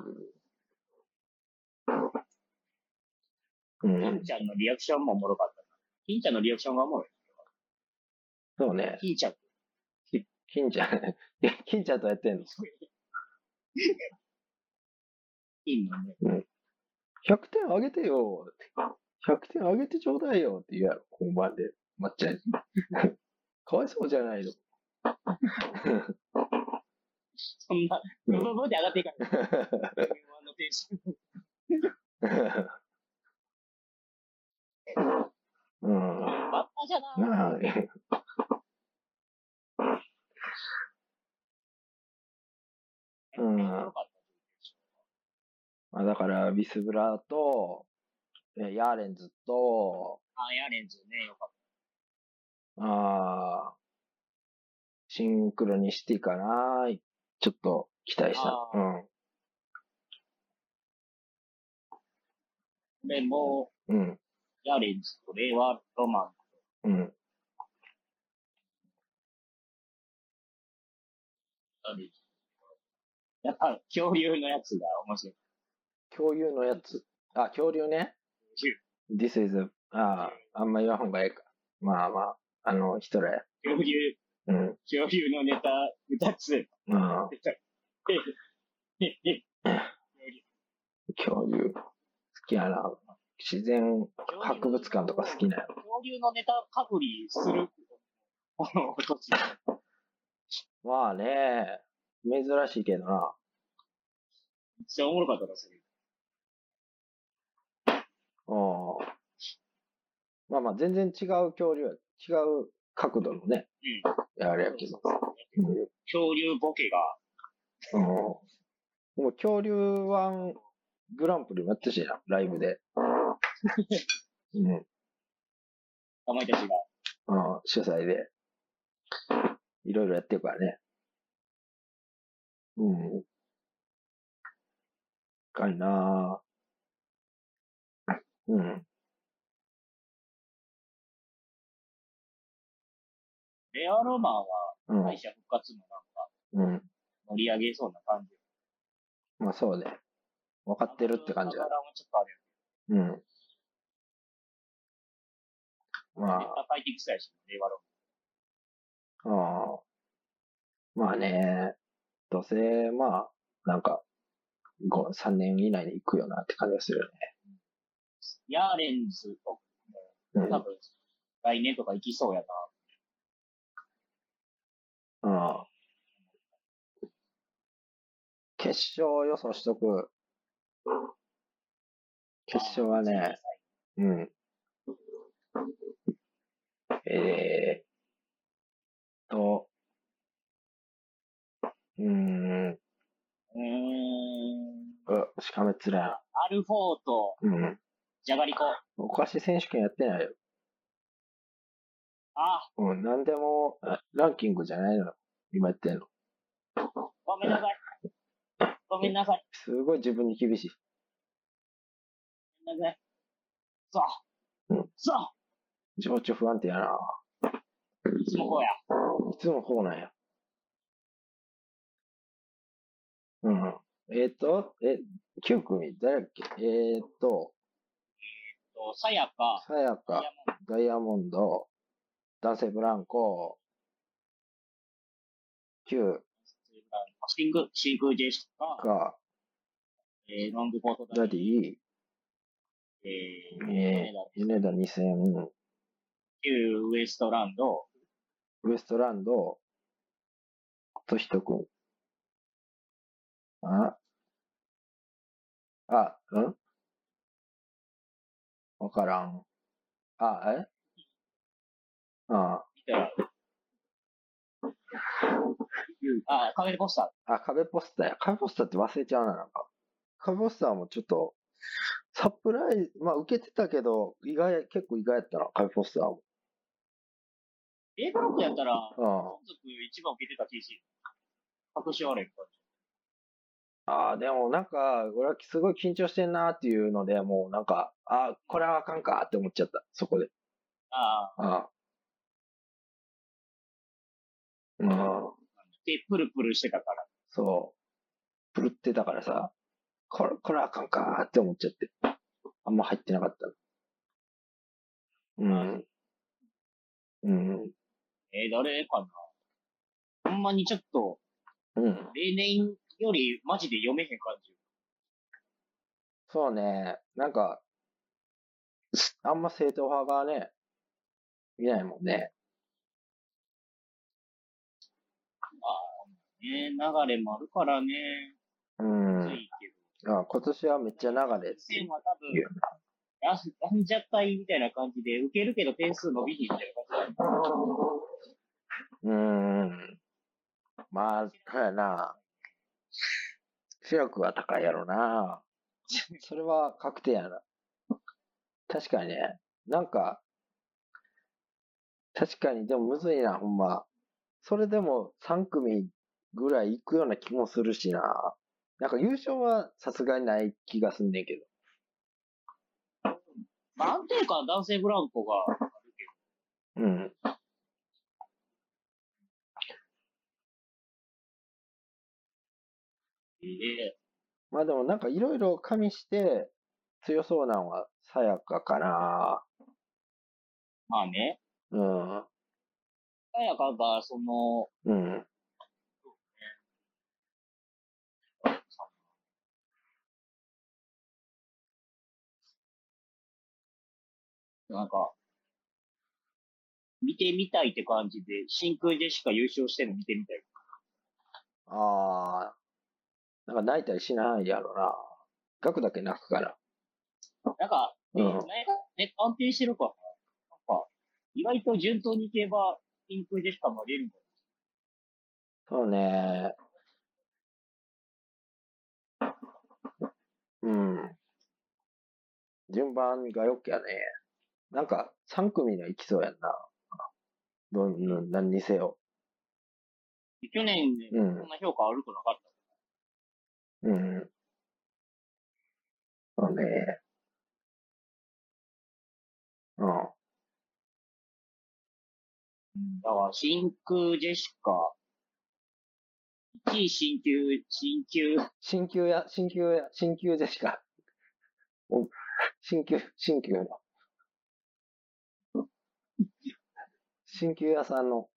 金ちゃんのリアクションもおもろかったな。金ちゃんのリアクションがおもろい。 そうね。 金ちゃんとやってんの金のね。 100点あげてよ。100点あげてちょうだいよって言うやろ。本番で。まっちゃん。かわいそうじゃないの。 そんな、ブブブで上がっていかない。バッタじゃな。 だから、ビスブラと、ヤーレンズと、 ヤーレンズね、よかった。 シンクロニシティかな。ちょっと期待した。 でも、ヤーレンズと令和ロマン。やっぱ、恐竜のやつが面白い。 恐竜のやつ。恐竜ね。This is, あんま言わんほうがええか。まあまあ、人らや。 恐竜のネタ2つ。 恐竜。好きやな。自然博物館とか好きなよ。 恐竜のネタかぶりする。 まあね、珍しいけどな。 めっちゃおもろかったな、それ。 まあまあ、全然違う恐竜、違う角度のね。あれやけど。 恐竜ボケが。 もう恐竜1グランプリもやったしな、ライブで。 かまいたちが。 主催で。いろいろやってるからね。かいなレアロマンは、敗者復活もなんか、盛り上げそうな感じ。 まあそうね。分かってるって感じだ。まあ。 絶対快適さやし、レアロマン。まあね。どうせ、まあ、なんか、3年以内に行くよなって感じがするよね。 ヤーレンズと、多分、来年とか行きそうやな。 決勝予想しとく。決勝はね、 しかめっ面や。 アルフォート、じゃがりこ。 お菓子選手権やってないよ。なんでも、ランキングじゃないの。今やってんの。 ごめんなさい。ごめんなさい。 すごい自分に厳しい。 ごめんなさい。そう。 情緒不安定やな。 いつもこうや。 いつもこうなんや。9組、誰だっけさやか、 ダイヤモンド、男性ブランコ、9、 真空ジェシカ、ロングコートダディ、米田2000、 旧ウエストランド、 とひとくん。わからん。 壁ポスター。 壁ポスターや。壁ポスターって忘れちゃうな、なんか。壁ポスターもちょっと、サプライズ、受けてたけど、結構意外やったな、壁ポスターも。 A ブロックやったら、本族一番受けてた TC。今年はあれか。 でもなんか、俺はすごい緊張してんなっていうので、もうなんか、これはあかんかって思っちゃった、そこで。 で、プルプルしてたから。 そう。プルってたからさ、これはあかんかって思っちゃって。あんま入ってなかった。 誰かな。ほんまにちょっと、例年よりマジで読めへん感じ。 そうね、なんか、あんま正統派がね、いないもんね。 流れもあるからね。 今年はめっちゃ流れっていうは多分、ランジャタイみたいな感じで、受けるけど点数伸びひんみたいな感じ。 そうやな。強くは高いやろな。それは確定やな。確かにね。なんか、確かに、でもむずいな、ほんま。それでも3組ぐらい行くような気もするしな。なんか優勝はさすがにない気がすんねんけど。 安定感男性ブランコがあるけど。 でもなんかいろいろ加味して強そうなのはさやかかな。 ね。さやかが、なんか、見てみたいって感じで、真空ジェシカ優勝してるの見てみたい。 なんか泣いたりしないやろな。額だけ泣くから。 なんか、安定してるか。なんか、意外と順当にいけば、真空ジェシカも出るんだよ。 そうね。順番がよっけやね。なんか3組の行きそうやんな。何にせよ。 去年ね、そんな評価悪くなかった。 そうね。 だから、真空ジェシカ、1位新旧ジェシカ。 新旧の。新旧屋さんの。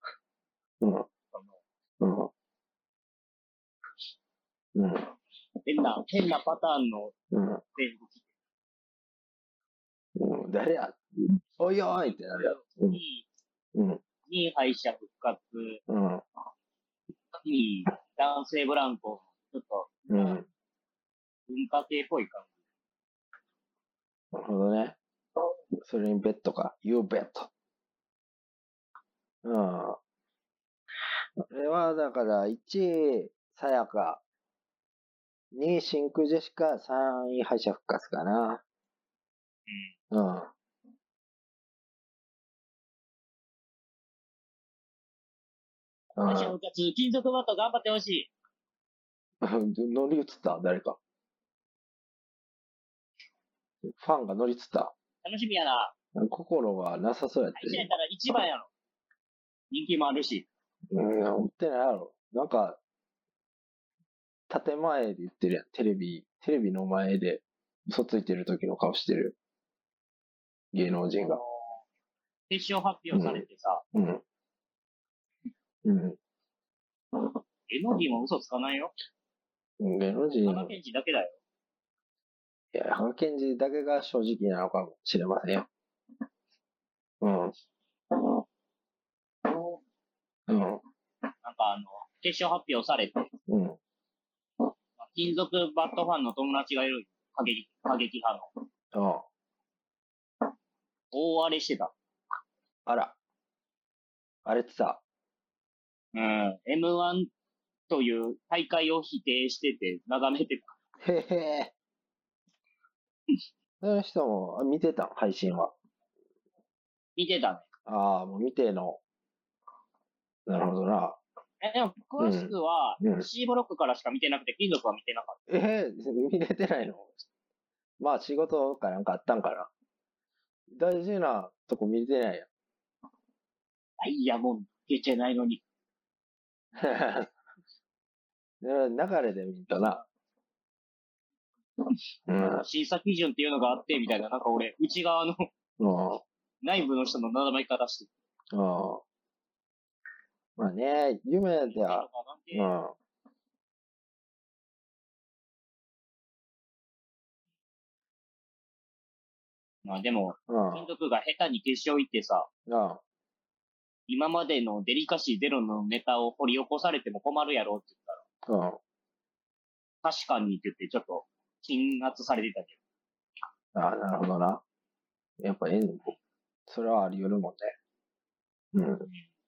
変なパターンの誰やおいおいってなるやろ。 2位敗者復活。2位男性ブランコ。ちょっと、文化系っぽい感じ。なるほどね。それにベッドか。You bet。 これは、だから、1位、さやか。2位、真空ジェシカ。3位、敗者復活かな。うん。 敗者復活、金属バット頑張ってほしい。 乗り移った誰か。ファンが乗り移った。 楽しみやな。 心がなさそうやって。 敗者やったら一番やろ。人気もあるし。 思ってないやろ。なんか、建前で言ってるやん。テレビの前で嘘ついてる時の顔してる。芸能人が。 決勝発表されてさ。 うん。 芸能人も嘘つかないよ。 芸能人。 羽賀健二だけだよ。 いや、羽賀健二だけが正直なのかもしれませんよ。 なんか決勝発表されて。金属バットファンの友達がいる。過激派の。大荒れしてた。 あら。あれってさ。 M1 という大会を否定してて、眺めてた。 へへその人も見てた配信は。 見てたね。 ああ、もう見ての。なるほどな。 でも、詳しくは、C ブロックからしか見てなくて、金属は見てなかった。 見れてないの？まあ、仕事かなんかあったんかな。大事なとこ見れてないやん。 ダイヤモンド出てないのに。 流れで見たな。 審査基準っていうのがあって、みたいな、なんか俺、内側の内部の人の斜め方してる。 まあね、夢では、 まあでも、金属が下手に決勝行ってさ、今までのデリカシーゼロのネタを掘り起こされても困るやろって言ったら、確かにって言ってちょっと鎮圧されてたけど。なるほどな。やっぱそれはあり得るもんね。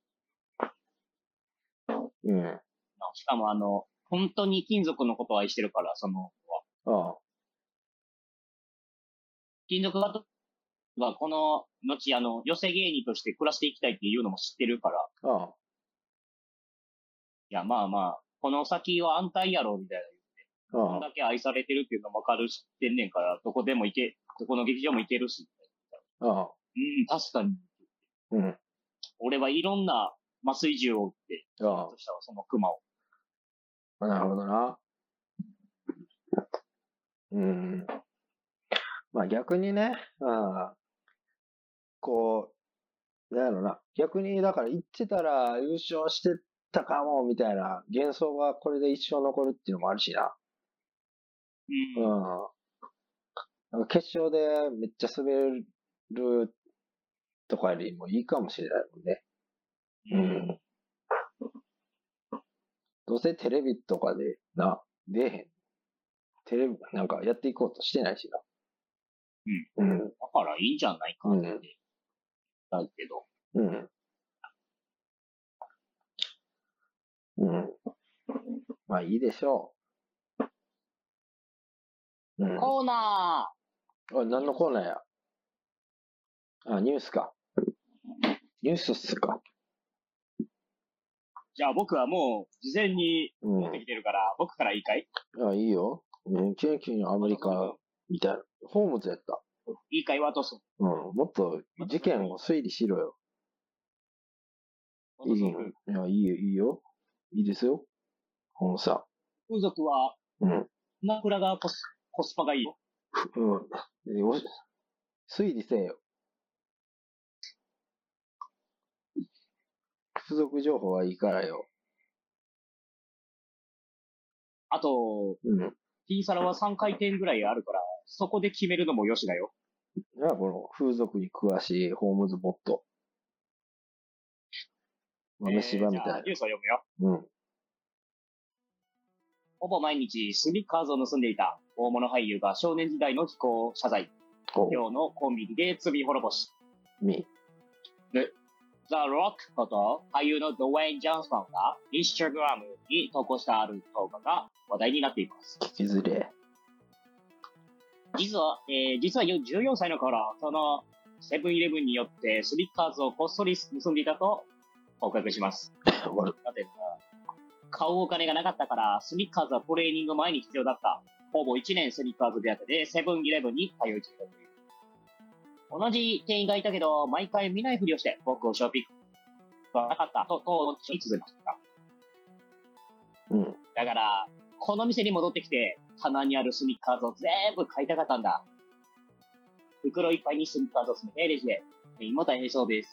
しかも本当に金属のことを愛してるから、その子は。金属バットがこの後、寄せ芸人として暮らしていきたいっていうのも知ってるから。いや、まあまあ、この先は安泰やろ、みたいな言って。こんだけ愛されてるっていうのもわかる、知ってんねんから、どこでもどこの劇場も行けるし。確かに。俺はいろんな麻酔銃を撃って、したわ、その熊を。 なるほどな。まあ逆にね、なんやろな。逆に、だから言ってたら優勝してたかも、みたいな幻想がこれで一生残るっていうのもあるしな。なんか決勝でめっちゃ滑るとかよりもいいかもしれないもんね。どうせテレビとかで出えへん。テレビなんかやっていこうとしてないしな。 だからいいんじゃないかって。だけど。 まあいいでしょう。コーナー。何のコーナーや。ニュースか。ニュースっすか。 じゃあ僕はもう事前に持ってきてるから、僕からいいかい？ いいよ。急にアメリカみたいな。ホームズやった。 いいかい、ワトソン。もっと事件を推理しろよ。いいよ。いいですよ。ホームさん。 風俗は、ナクラがコスパがいいよ。 推理せえよ。付属情報はいいからよ。 あと、T サラは3回転ぐらいあるから、そこで決めるのもよしだよ。 この風俗に詳しいホームズボット。豆柴みたいな。 ニュースを読むよ。ほぼ毎日スニッカーズを盗んでいた大物俳優が少年時代の非行謝罪。今日のコンビニで罪滅ぼし。 ザ・ロックこと俳優のドウェイン・ジョンソンがインスタグラムに投稿したある動画が話題になっています。 いずれ。 実は14歳の頃、そのセブンイレブンによってスニッカーズをこっそり盗んでいたと報告します。だって買うお金がなかったから、スニッカーズはトレーニング前に必要だった。ほぼ1年スニッカーズでやってて、セブンイレブンに通い続けたという。同じ店員がいたけど、毎回見ないふりをして僕をショッピングはなかったと当時に続けました。だから、この店に戻ってきて、棚にあるスニッカーズを全部買いたかったんだ。袋いっぱいにスニッカーズを詰めてレジで、店員も大変そうです。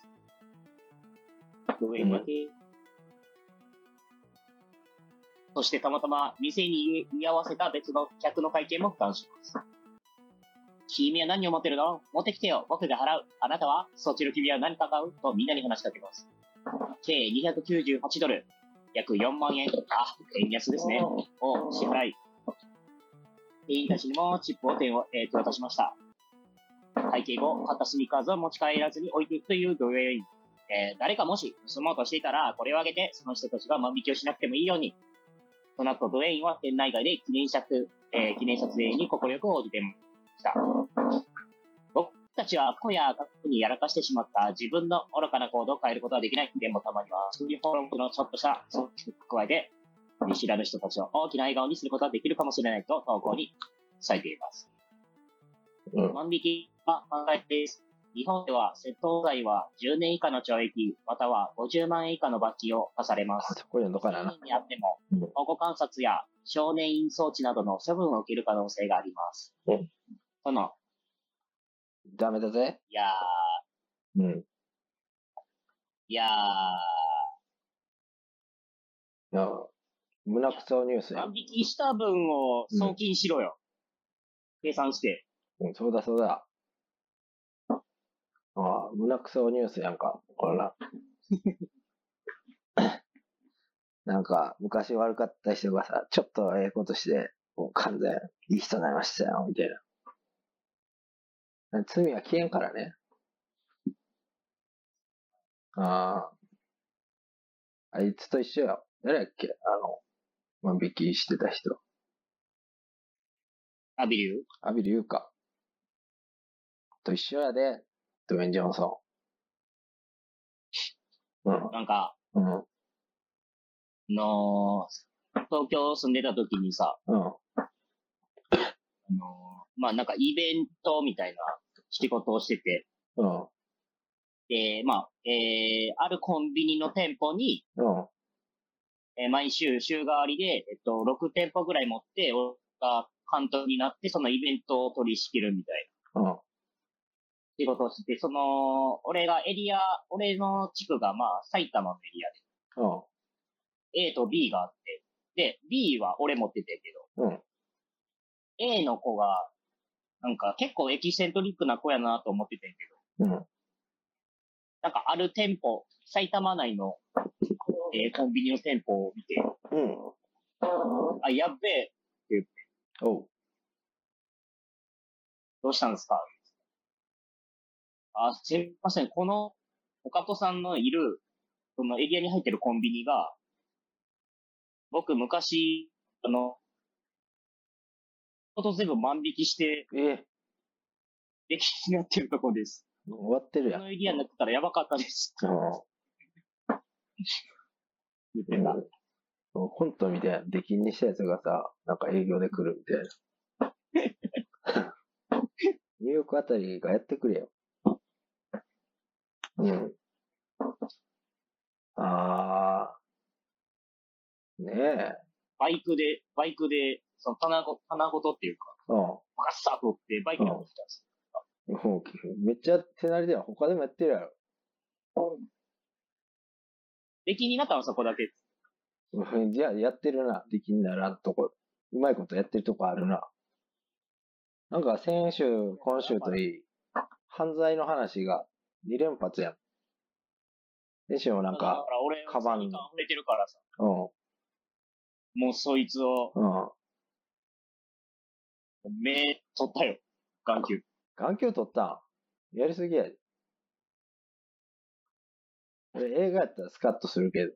そしてたまたま店に居合わせた別の客の会計も負担します。君は何を持ってるの？持ってきてよ。僕が払う。あなたはそっちの君は何か買う？とみんなに話しかけます。計298ドル。約4万円。円安ですね。を支払い。店員たちにもチップを手渡しました。会計後、買ったスニッカーズを持ち帰らずに置いていくというドウェイン。誰かもし盗もうとしていたら、これをあげて、その人たちが万引きをしなくてもいいように。その後、ドウェインは店内外で記念撮影に快く応じていました。僕たちは今夜過去にやらかしてしまった自分の愚かな行動を変えることはできない。でもたまには、そういうフォローのちょっとした措置を加えて、見知らぬ人たちを大きな笑顔にすることができるかもしれないと投稿に伝えています。万引きは犯罪です。日本では窃盗罪は10年以下の懲役、または50万円以下の罰金を課されます。 こういうのかな。 にあっても、保護観察や少年院送致などの処分を受ける可能性があります。 ダメだぜ。 いや胸くそニュースや。 万引きした分を送金しろよ。計算して。 そうだそうだ。胸くそニュースやんか。これな。なんか、昔悪かった人がさ、ちょっとことして、もう完全いい人になりましたよ、みたいな。罪は消えんからね。あいつと一緒よ。誰やっけ万引きしてた人。 アビリューか。と一緒やで、ドウェイン・ジョンソン。 なんか、東京住んでた時にさ、なんかイベントみたいな仕事をしてて、で、あるコンビニの店舗に、毎週週替わりで、6店舗ぐらい持って、俺が監督になって、そのイベントを取り仕切るみたいな。仕事をして、俺の地区が埼玉のエリアで、A と B があって、で、B は俺持っててけど、A の子が、なんか結構エキセントリックな子やなと思っててんけど、なんかある店舗、埼玉内の、コンビニの店舗を見て、やっべえって言って、どうしたんですか？すいません、この岡戸さんのいる、そのエリアに入ってるコンビニが、僕昔、全部万引きして、歴史になってるとこです。 終わってるやん。 このエリアになってたらやばかったです。言ってた。 コントみたいな、出禁にしたやつがさ、なんか営業で来るみたいな。ニューヨークあたりがやってくれよ。ねえ。 バイクで、その棚ごとっていうか、バッサー取ってバイクに乗ってきたんですよ。めっちゃ手なりでは他でもやってるやろ。 出禁になったのそこだけ。 じゃあやってるな、出禁にならんとこ。うまいことやってるとこあるな。なんか先週、今週といい、犯罪の話が2連発やん。先週もなんか、カバン。 触れてるからさ。もうそいつを、目取ったよ。眼球。 眼球取ったん？やりすぎやで。 映画やったらスカッとするけど。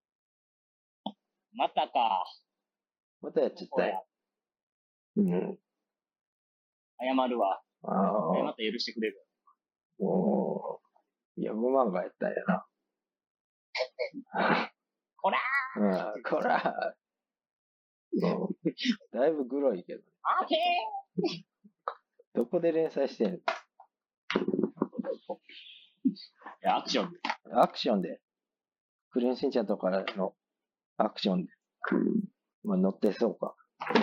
またか。 またやっちゃったよ。うん。 謝るわ。 謝って許してくれる。 おー。ヤグ漫画やったんやな。 こらーうん、こらー。だいぶグロいけどね。 あけーどこで連載してんの？いや、アクションで。 アクションで。クレヨンしんちゃんとかのアクションで。まあ、乗ってそうか。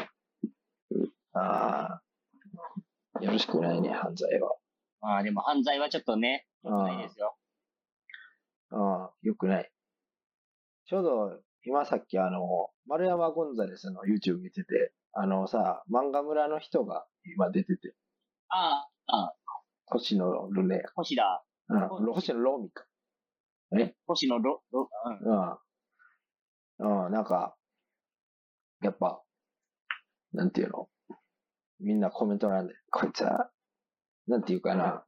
ああ。よろしくないね、犯罪は。 ああ、でも犯罪はちょっとね、良くないですよ。 ああ、よくない。ちょうど、今さっき丸山ゴンザレスの YouTube 見てて、漫画村の人が今出てて。 ああ、 星野ルネ。 星田。 うん、星野ロミか。 星野なんか、やっぱ、なんていうの？みんなコメント欄で、こいつは、なんていうかな、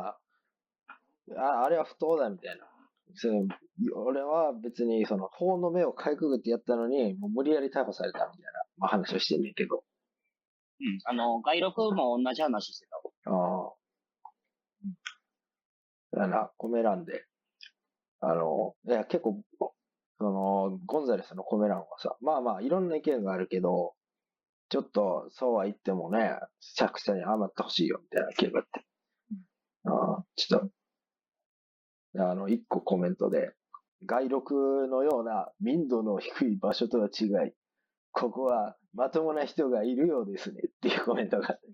あれは不当だみたいな。俺は別に法の目をかいくぐってやったのに、もう無理やり逮捕されたみたいな、話をしてんねんけど。 うん、外録も同じ話してた。 ああ。だから、コメ欄で、いや、結構、ゴンザレスのコメ欄はさ、いろんな意見があるけど、ちょっと、そうは言ってもね、作者に謝ってほしいよ、みたいな意見があって。ちょっと、一個コメントで、街録のような民度の低い場所とは違い、ここはまともな人がいるようですねっていうコメントがあって。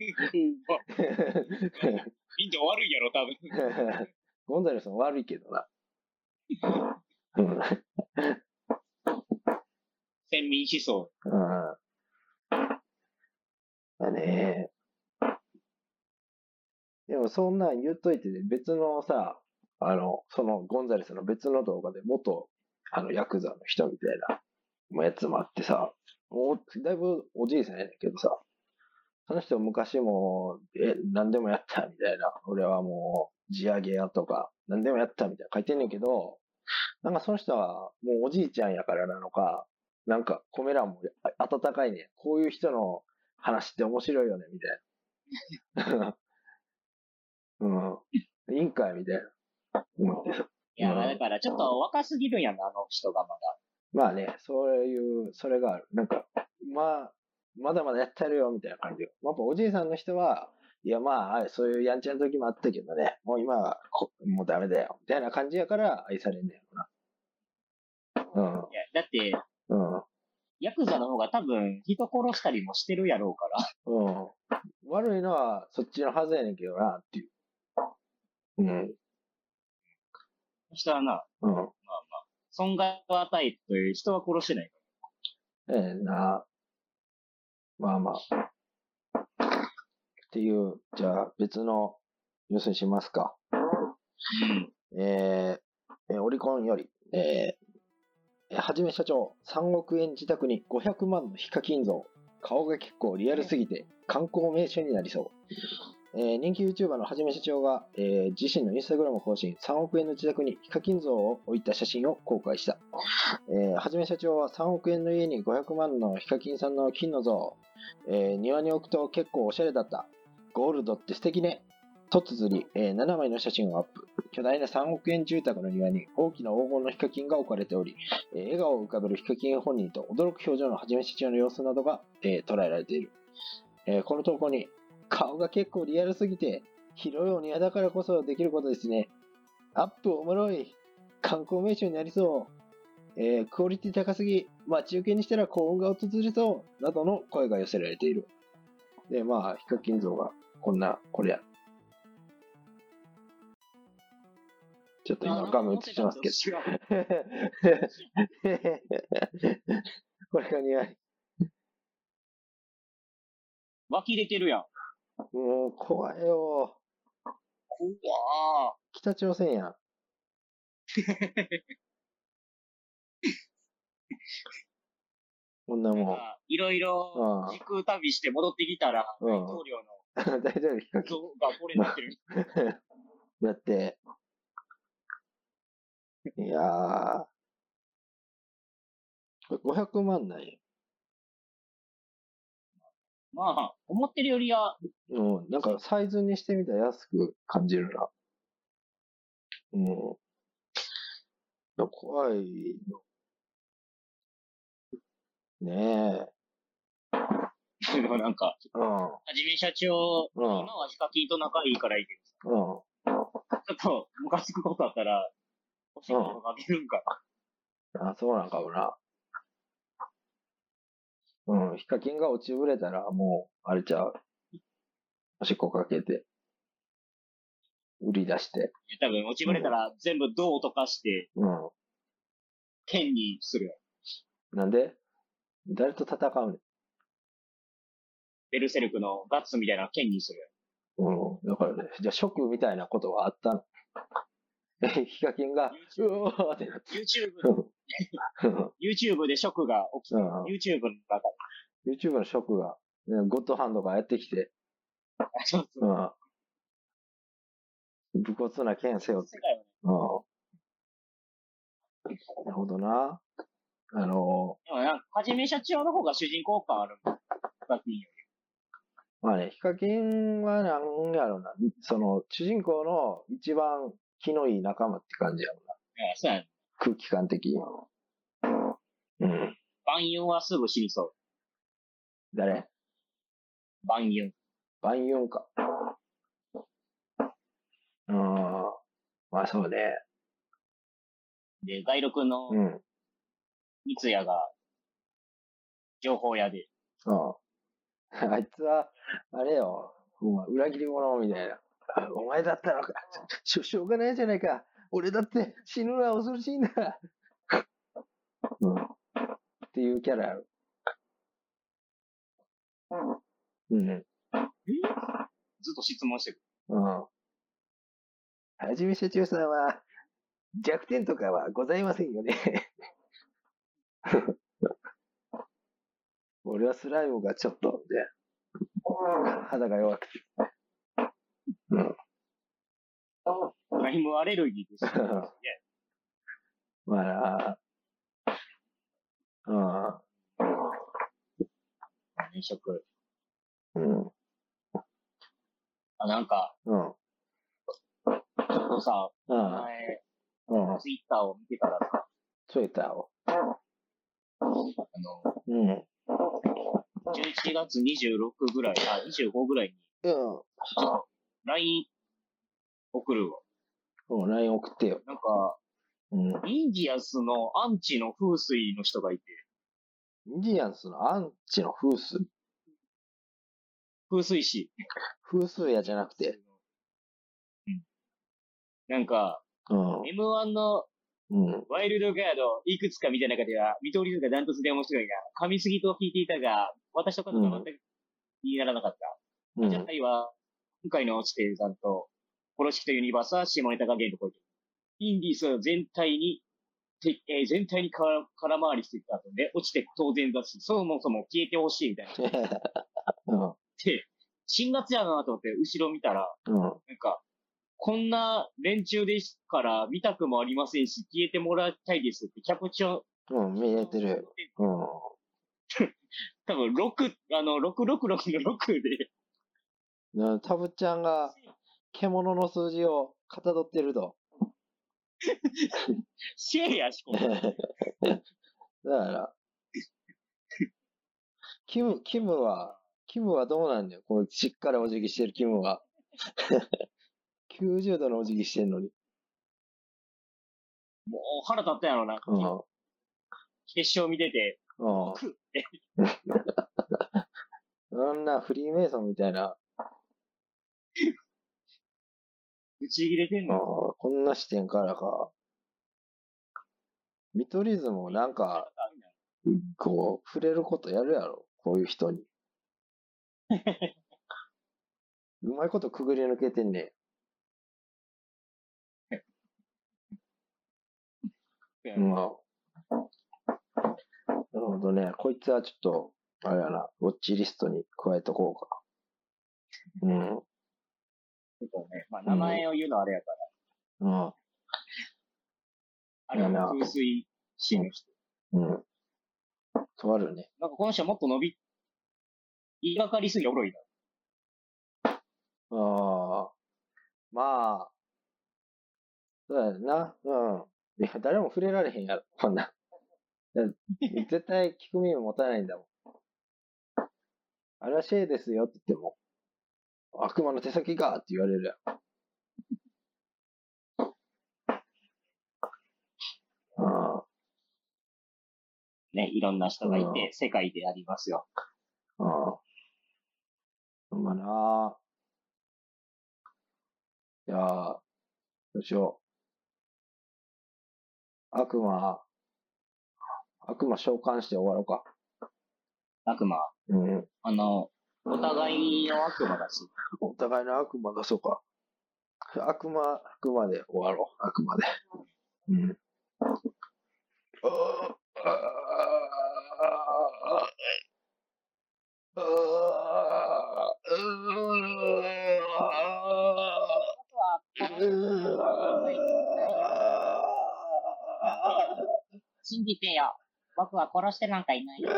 民度悪いやろ、多分。 ゴンザレスも悪いけどな。 先民思想。 だね。でもそんなん言っといて、別のさ、そのゴンザレスの別の動画で元、ヤクザの人みたいなやつもあってさ、だいぶおじいさんやねんけどさ、その人昔も、何でもやったみたいな。俺はもう、地上げ屋とか、何でもやったみたいな書いてんねんけど、なんかその人はもうおじいちゃんやからなのか、なんかコメ欄も温かいね。こういう人の話って面白いよね、みたいな。うん。いいんかいみたいな。思ってさ。 いや、だからちょっと若すぎるんやな、あの人がまだ。 まあね、それがある。なんか、まだまだやってるよ、みたいな感じで。やっぱおじいさんの人は、いやそういうやんちゃな時もあったけどね、もう今はもうダメだよ、みたいな感じやから愛されんねやろな。 いや、だって、ヤクザの方が多分人殺したりもしてるやろうから。悪いのはそっちのはずやねんけどな、っていう。 人はな、損害を与えという人は殺してないから。っていう、じゃあ別のニュースにしますか。オリコンより、はじめ社長、3億円自宅に500万のヒカキン像。顔が結構リアルすぎて観光名所になりそう。人気 YouTuber のはじめ社長が、自身のインスタグラムを更新、3億円の自宅にヒカキン像を置いた写真を公開した。はじめ社長は3億円の家に500万のヒカキンさんの金の像、庭に置くと結構おしゃれだった。ゴールドって素敵ね。と綴り、7枚の写真をアップ。巨大な3億円住宅の庭に大きな黄金のヒカキンが置かれており、笑顔を浮かべるヒカキン本人と驚く表情のはじめ社長の様子などが、捉えられている。この投稿に、顔が結構リアルすぎて、広いお庭だからこそできることですね。アップおもろい。観光名所になりそう。クオリティ高すぎ。待ち受けにしたら幸運が訪れそう。などの声が寄せられている。で、ヒカキン像がこれや。ちょっと今画面映してますけど。これが似合い。 湧き出てるやん。 もう怖いよ。 怖ー。 北朝鮮やん。こんなもん。 いろいろ時空旅して戻ってきたら、大統領の大統領ヒカキン像がこれになってる。 だって、 いやー、500万なんや。 まあ、思ってるよりは、 なんかサイズにしてみたら安く感じるな。怖いよ。ねでもなんか、 え。 はじめ社長、今はヒカキンと仲いいからいいけどさ、ちょっとムカつくことあったら、おしっこかけるんかな。そうなんかもな。ヒカキンが落ちぶれたらもう、あれちゃう。おしっこかけて、売り出して。 多分落ちぶれたら全部銅とかして、剣にするよ。 なんで誰と戦うねん。 ベルセルクのガッツみたいな剣にするよ。だからね、じゃあ、ショックみたいなことはあったの。ヒカキンが、うおーってなって。 YouTube でショックが起きた。YouTube の中で。YouTube のショックが、ゴッドハンドがやってきて、武骨な剣背負って。なるほどな。 でもはじめ社長の方が主人公感ある。ヒカキンより。 まあね、ヒカキンはなんやろな、主人公の一番気のいい仲間って感じやろな。 そうやね。 空気感的に。 万有はすぐ死にそう。 誰？ 万有。 万有か。まあそうね。 で、街録の、三ツ矢が、情報屋で。 あいつは、あれよ、裏切り者みたいな。お前だったのか。しょうがないじゃないか。俺だって死ぬのは恐ろしいんだ。っていうキャラやろ。 ずっと質問してくる。 はじめ社長さんは、弱点とかはございませんよね。俺はスライムがちょっと、肌が弱くて。 スライムアレルギーです。 まあ、 転職。なんか、ちょっとさ、前、ツイッターを見てたらさ、 ツイッターを。 11月26ぐらい、25ぐらいに、LINE 送るわ。 LINE 送ってよ。 なんか、インディアンスのアンチの風水の人がいて。 インディアンスのアンチの風水？ 風水師。 風水屋じゃなくて。 なんか、M1 のワイルドガードいくつかみたいな中では、見取り図がダントツで面白いが、噛みすぎと聞いていたが、私とかとか全く気にならなかった。じゃあ、今回の地底さんと、殺しきとユニバースは下ネタが限度超えてる。インディースは全体に空回りしていった後で、落ちて当然だし、そもそも消えてほしいみたいな。で、辛辣やなと思って後ろ見たら、なんか、こんな連中ですから見たくもありませんし、消えてもらいたいですってキャプチョン。 見えてる。 多分666の6 で。タブちゃんが獣の数字をかたどってると。 シェイやしこ。だから、キムはどうなんだよ。こうしっかりお辞儀してるキムは。90度のお辞儀してんのに。 もう腹立ったやろな。決勝見てて。 そんなフリーメイソンみたいな。 打ち切れてんの？ こんな視点からか。見取り図もなんか、こう、触れることやるやろ。こういう人に。うまいことくぐり抜けてんね。なるほどね。こいつはちょっと、あれやな、ウォッチリストに加えとこうか。 まあ、名前を言うのはあれやから。 あれは風水師の人。 とあるね。 なんかこの人もっと言いがかりすぎおろいな。 まあ、そうやな。いや、誰も触れられへんやろ、こんな。絶対聞く耳持たないんだもん。あれはシェイですよって言っても、悪魔の手先がって言われるやん。 ね、いろんな人がいて、世界でありますよ。 まあな。いやどうしよう。悪魔召喚して終わろうか。 悪魔。お互いの悪魔だし。 お互いの悪魔だそうか。悪魔で終わろう。悪魔で。 信じてよ。僕は殺してなんかいないよ。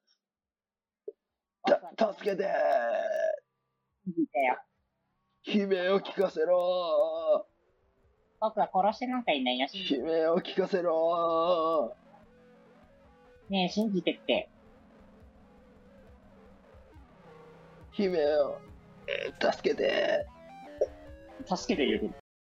助けて信じてよ。 悲鳴を聞かせろ。 僕は殺してなんかいないよ。 悲鳴を聞かせろ。 ねえ、信じてって。 悲鳴を助けて。 助けて言うてる。